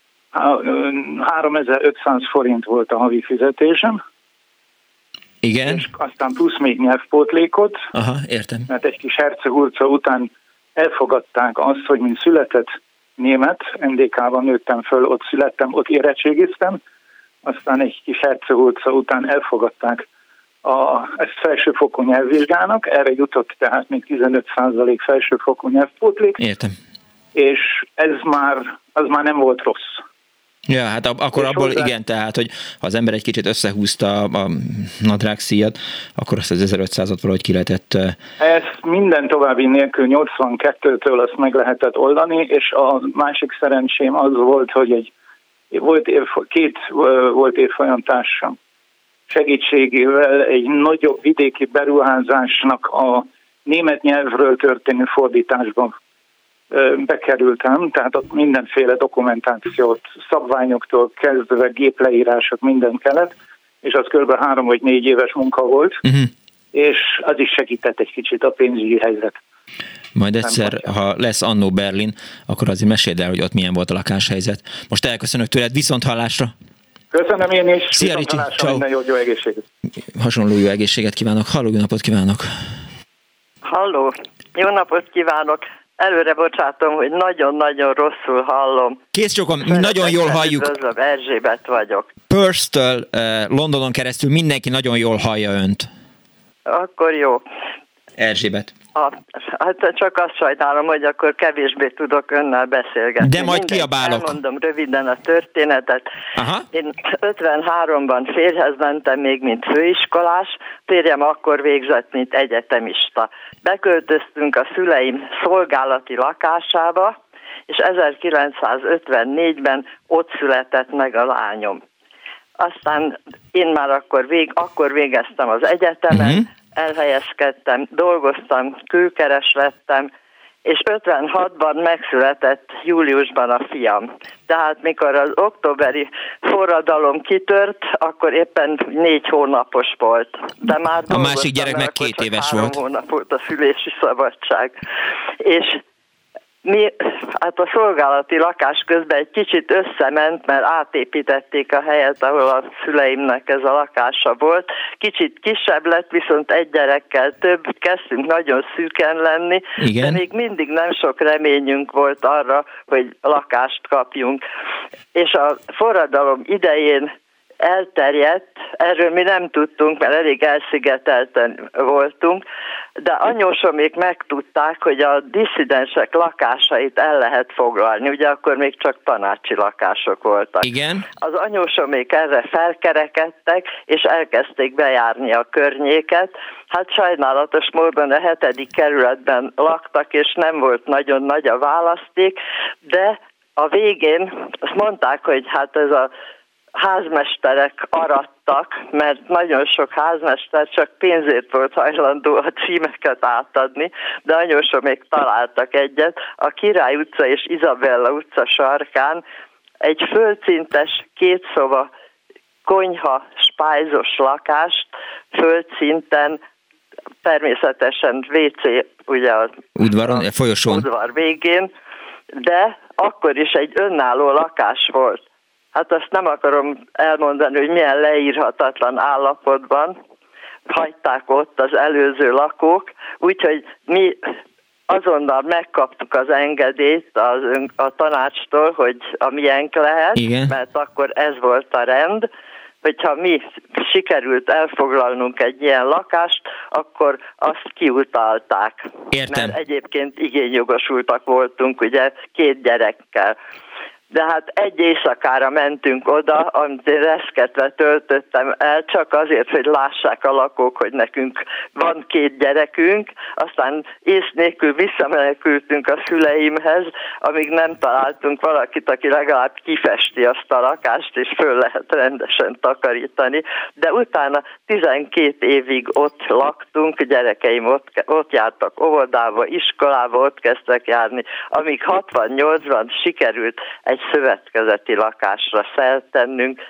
3500 forint volt a havi fizetésem. Igen. És aztán plusz még nyelvpótlékot. Aha, értem. Mert egy kis hercegurca után elfogadták azt, hogy mint született német, NDK-ban nőttem föl, ott születtem, ott érettségiztem, aztán egy kis hercegurca után elfogadták ezt felsőfokú nyelvvizsgának, erre jutott tehát még 15% felsőfokú nyelvpótlék. Értem. És az már nem volt rossz. Ja, hát akkor abból igen, tehát, hogy ha az ember egy kicsit összehúzta a nadrágszíjat, akkor azt az 1500-at valahogy ki lehetett... Ezt minden további nélkül 82-től azt meg lehetett oldani, és a másik szerencsém az volt, hogy két volt évfolyamtársam segítségével egy nagyobb vidéki beruházásnak a német nyelvről történő fordításban bekerültem, tehát ott mindenféle dokumentációt, szabványoktól kezdve gépleírások, minden kellett, és az kb. 3 vagy 4 éves munka volt, és az is segített egy kicsit a pénzügyi helyzet. Majd egyszer, ha lesz annó Berlin, akkor azért meséld el, hogy ott milyen volt a lakáshelyzet. Most elköszönök tőled, viszont hallásra! Köszönöm én is! Szia, Ricsi! Minden jó egészséget! Hasonló jó egészséget kívánok! Halló, jó napot kívánok! Halló! Jó napot kívánok! előre bocsátom, hogy nagyon-nagyon rosszul hallom. Kész csókom, nagyon jól halljuk. Üdvözlöm, Erzsébet vagyok. Perth-től Londonon keresztül mindenki nagyon jól hallja önt. Akkor jó. Erzsébet. Hát csak azt sajnálom, hogy akkor kevésbé tudok önnel beszélgetni. De majd kiabálok. Elmondom röviden a történetet. Aha. Én 53-ban férjhez mentem még, mint főiskolás, férjem akkor végzett, mint egyetemista. Beköltöztünk a szüleim szolgálati lakásába, és 1954-ben ott született meg a lányom. Aztán én már akkor végeztem az egyetemen, elhelyezkedtem, dolgoztam, külkeres lettem, és 56-ban megszületett júliusban a fiam. Tehát mikor az októberi forradalom kitört, akkor éppen 4 hónapos volt. De már a másik gyerek meg 2 éves volt. 3 hónap volt a szülési szabadság. És hát a szolgálati lakás közben egy kicsit összement, mert átépítették a helyet, ahol a szüleimnek ez a lakása volt. Kicsit kisebb lett, viszont egy gyerekkel több, kezdtünk nagyon szűken lenni, igen. De még mindig nem sok reményünk volt arra, hogy lakást kapjunk. És a forradalom idején elterjedt, erről mi nem tudtunk, mert elég elszigetelten voltunk, de anyósomék megtudták, hogy a disszidensek lakásait el lehet foglalni. Ugye akkor még csak tanácsi lakások voltak. Igen. Az anyósomék erre felkerekedtek, és elkezdték bejárni a környéket. Hát sajnálatos módon a 7. kerületben laktak, és nem volt nagyon nagy a választék, de a végén azt mondták, hogy hát ez a házmesterek arattak, mert nagyon sok házmester csak pénzért volt hajlandó a címeket átadni, de anyósom még találtak egyet. A Király utca és Izabella utca sarkán egy földszintes 2 szoba konyha spájzos lakást földszinten, természetesen WC ugye az udvaron, folyosón. Udvar végén, de akkor is egy önálló lakás volt. Hát azt nem akarom elmondani, hogy milyen leírhatatlan állapotban hagyták ott az előző lakók, úgyhogy mi azonnal megkaptuk az engedélyt a tanácstól, hogy a miénk lehet, igen. Mert akkor ez volt a rend, hogyha mi sikerült elfoglalnunk egy ilyen lakást, akkor azt kiutalták. Értem. Mert egyébként igényjogosultak voltunk, ugye 2 gyerekkel. De hát egy éjszakára mentünk oda, amit én reszketve töltöttem el, csak azért, hogy lássák a lakók, hogy nekünk van 2 gyerekünk, aztán ész nélkül visszamenekültünk a szüleimhez, amíg nem találtunk valakit, aki legalább kifesti azt a lakást, és föl lehet rendesen takarítani. De utána 12 évig ott laktunk, gyerekeim ott jártak óvodába, iskolába, ott kezdtek járni, amíg 68-ban sikerült egy szövetkezeti lakásra szert tennünk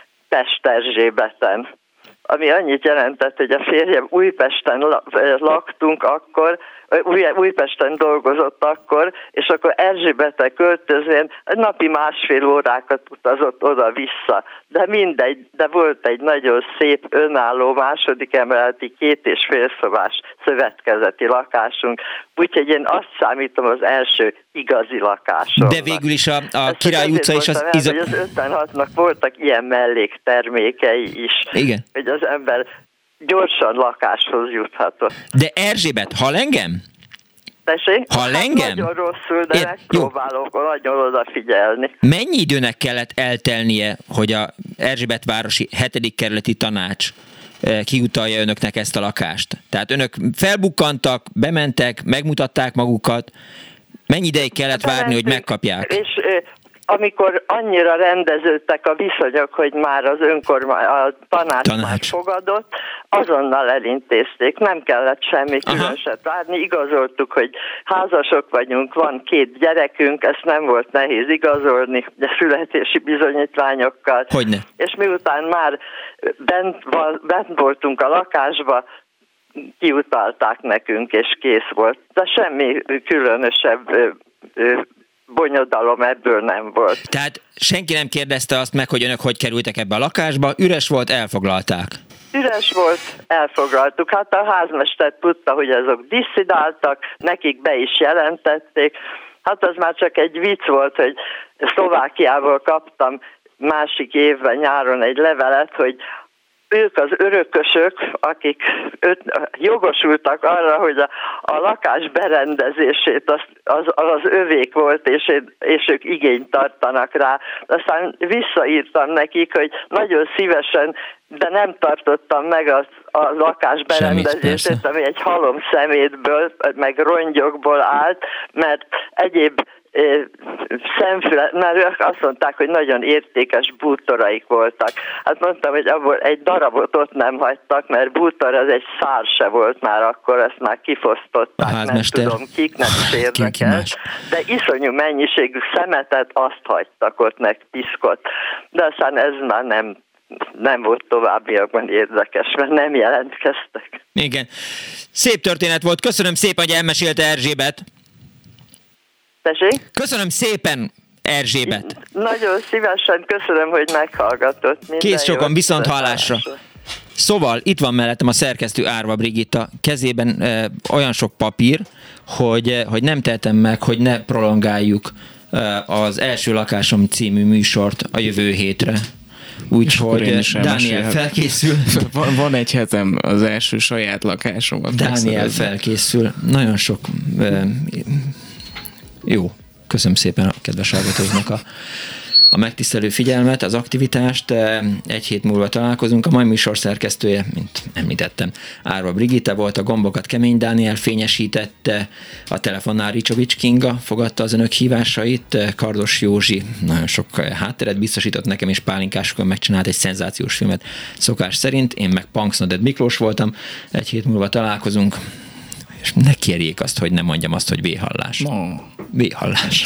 Pest-Erzsébeten. Ami annyit jelentett, hogy a férjem Újpesten laktunk akkor, Újpesten dolgozott akkor, és akkor Erzsébeten költözvén napi 1,5 órákat utazott oda-vissza. De mindegy, de volt egy nagyon szép, önálló második emeleti 2,5 szobás szövetkezeti lakásunk. Úgyhogy én azt számítom az első igazi lakásomnak. De végül is a Király utca és az... hogy az 56-nak voltak ilyen melléktermékei is. Igen. Hogy az ember gyorsan lakáshoz juthatott. De Erzsébet, hall engem? Tessék? Hall engem? Nagyon rosszul, de megpróbálok nagyon odafigyelni. Mennyi időnek kellett eltelnie, hogy a Erzsébetvárosi 7. kerületi tanács kiutalja önöknek ezt a lakást? Tehát önök felbukkantak, bementek, megmutatták magukat. Mennyi ideig kellett várni, hogy megkapják? És amikor annyira rendeződtek a viszonyok, hogy már az a tanács már fogadott, azonnal elintézték, nem kellett semmi különöset várni, igazoltuk, hogy házasok vagyunk, van 2 gyerekünk, ezt nem volt nehéz igazolni, de születési bizonyítványokkal. Hogyne? És miután már bent voltunk a lakásba, kiutalták nekünk, és kész volt. De semmi különösebb bonyodalom ebből nem volt. Tehát senki nem kérdezte azt meg, hogy önök hogy kerültek ebbe a lakásba, üres volt, elfoglalták. üres volt, elfoglaltuk. Hát a házmester tudta, hogy azok disszidáltak, nekik be is jelentették. Hát az már csak egy vicc volt, hogy Szlovákiából kaptam másik évben nyáron egy levelet, hogy ők az örökösök, akik jogosultak arra, hogy a lakás berendezését az övék volt, és ők igényt tartanak rá. Aztán visszaírtam nekik, hogy nagyon szívesen, de nem tartottam meg a lakás berendezését, ami egy halom szemétből, meg rongyokból állt, mert egyéb szemfüle, mert ők azt mondták, hogy nagyon értékes bútoraik voltak. Hát mondtam, hogy abból egy darabot ott nem hagytak, mert bútor az egy szár se volt már akkor, ezt már kifosztották, nem tudom, kiknek is érdekel. De iszonyú mennyiségű szemetet azt hagytak ott, meg piszkot. De aztán ez már nem volt továbbiakban érdekes, mert nem jelentkeztek. Igen. Szép történet volt. Köszönöm szépen, hogy elmesélte Erzsébet. Tessék? Köszönöm szépen, Erzsébet. Nagyon szívesen köszönöm, hogy meghallgatott. Kész sokan, viszont hallásra. Szóval itt van mellettem a szerkesztő Árva Brigitta, kezében olyan sok papír, hogy nem tehetem meg, hogy ne prolongáljuk az Első lakásom című műsort a jövő hétre. Úgyhogy Dániel felkészül. Van egy hetem az első saját lakásomat. Dániel felkészül. Nagyon sok jó. Köszönöm szépen a kedves hallgatóknak a megtisztelő figyelmet, az aktivitást. Egy hét múlva találkozunk. A mai műsor szerkesztője, mint említettem, Árva Brigitta volt, a gombokat Kemény Dániel fényesítette, a telefonnál Ricsovics Kinga fogadta az önök hívásait, Kardos Józsi nagyon sok hátteret biztosított nekem, és Pálinkásokon megcsinált egy szenzációs filmet szokás szerint, én meg Punks Not Dead Miklós voltam. Egy hét múlva találkozunk, és ne kérjék azt, hogy ne mondjam azt, hogy véhallás. Véhallás.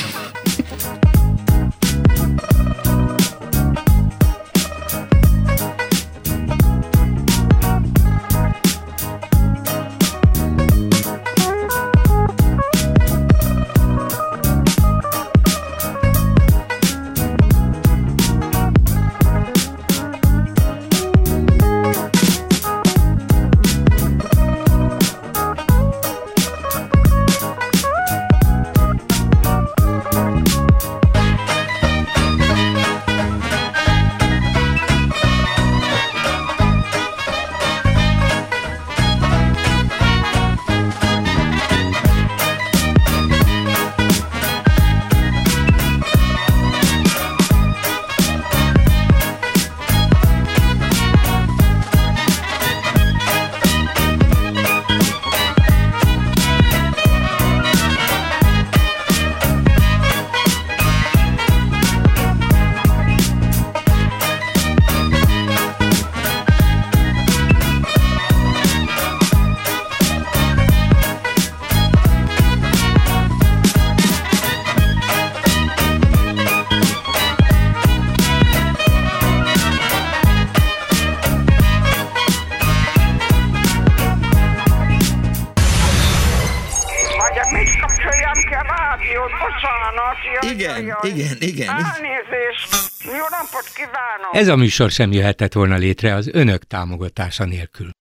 Igen. Elnézést! Jó napot kívánok! Ez a műsor sem jöhetett volna létre az önök támogatása nélkül.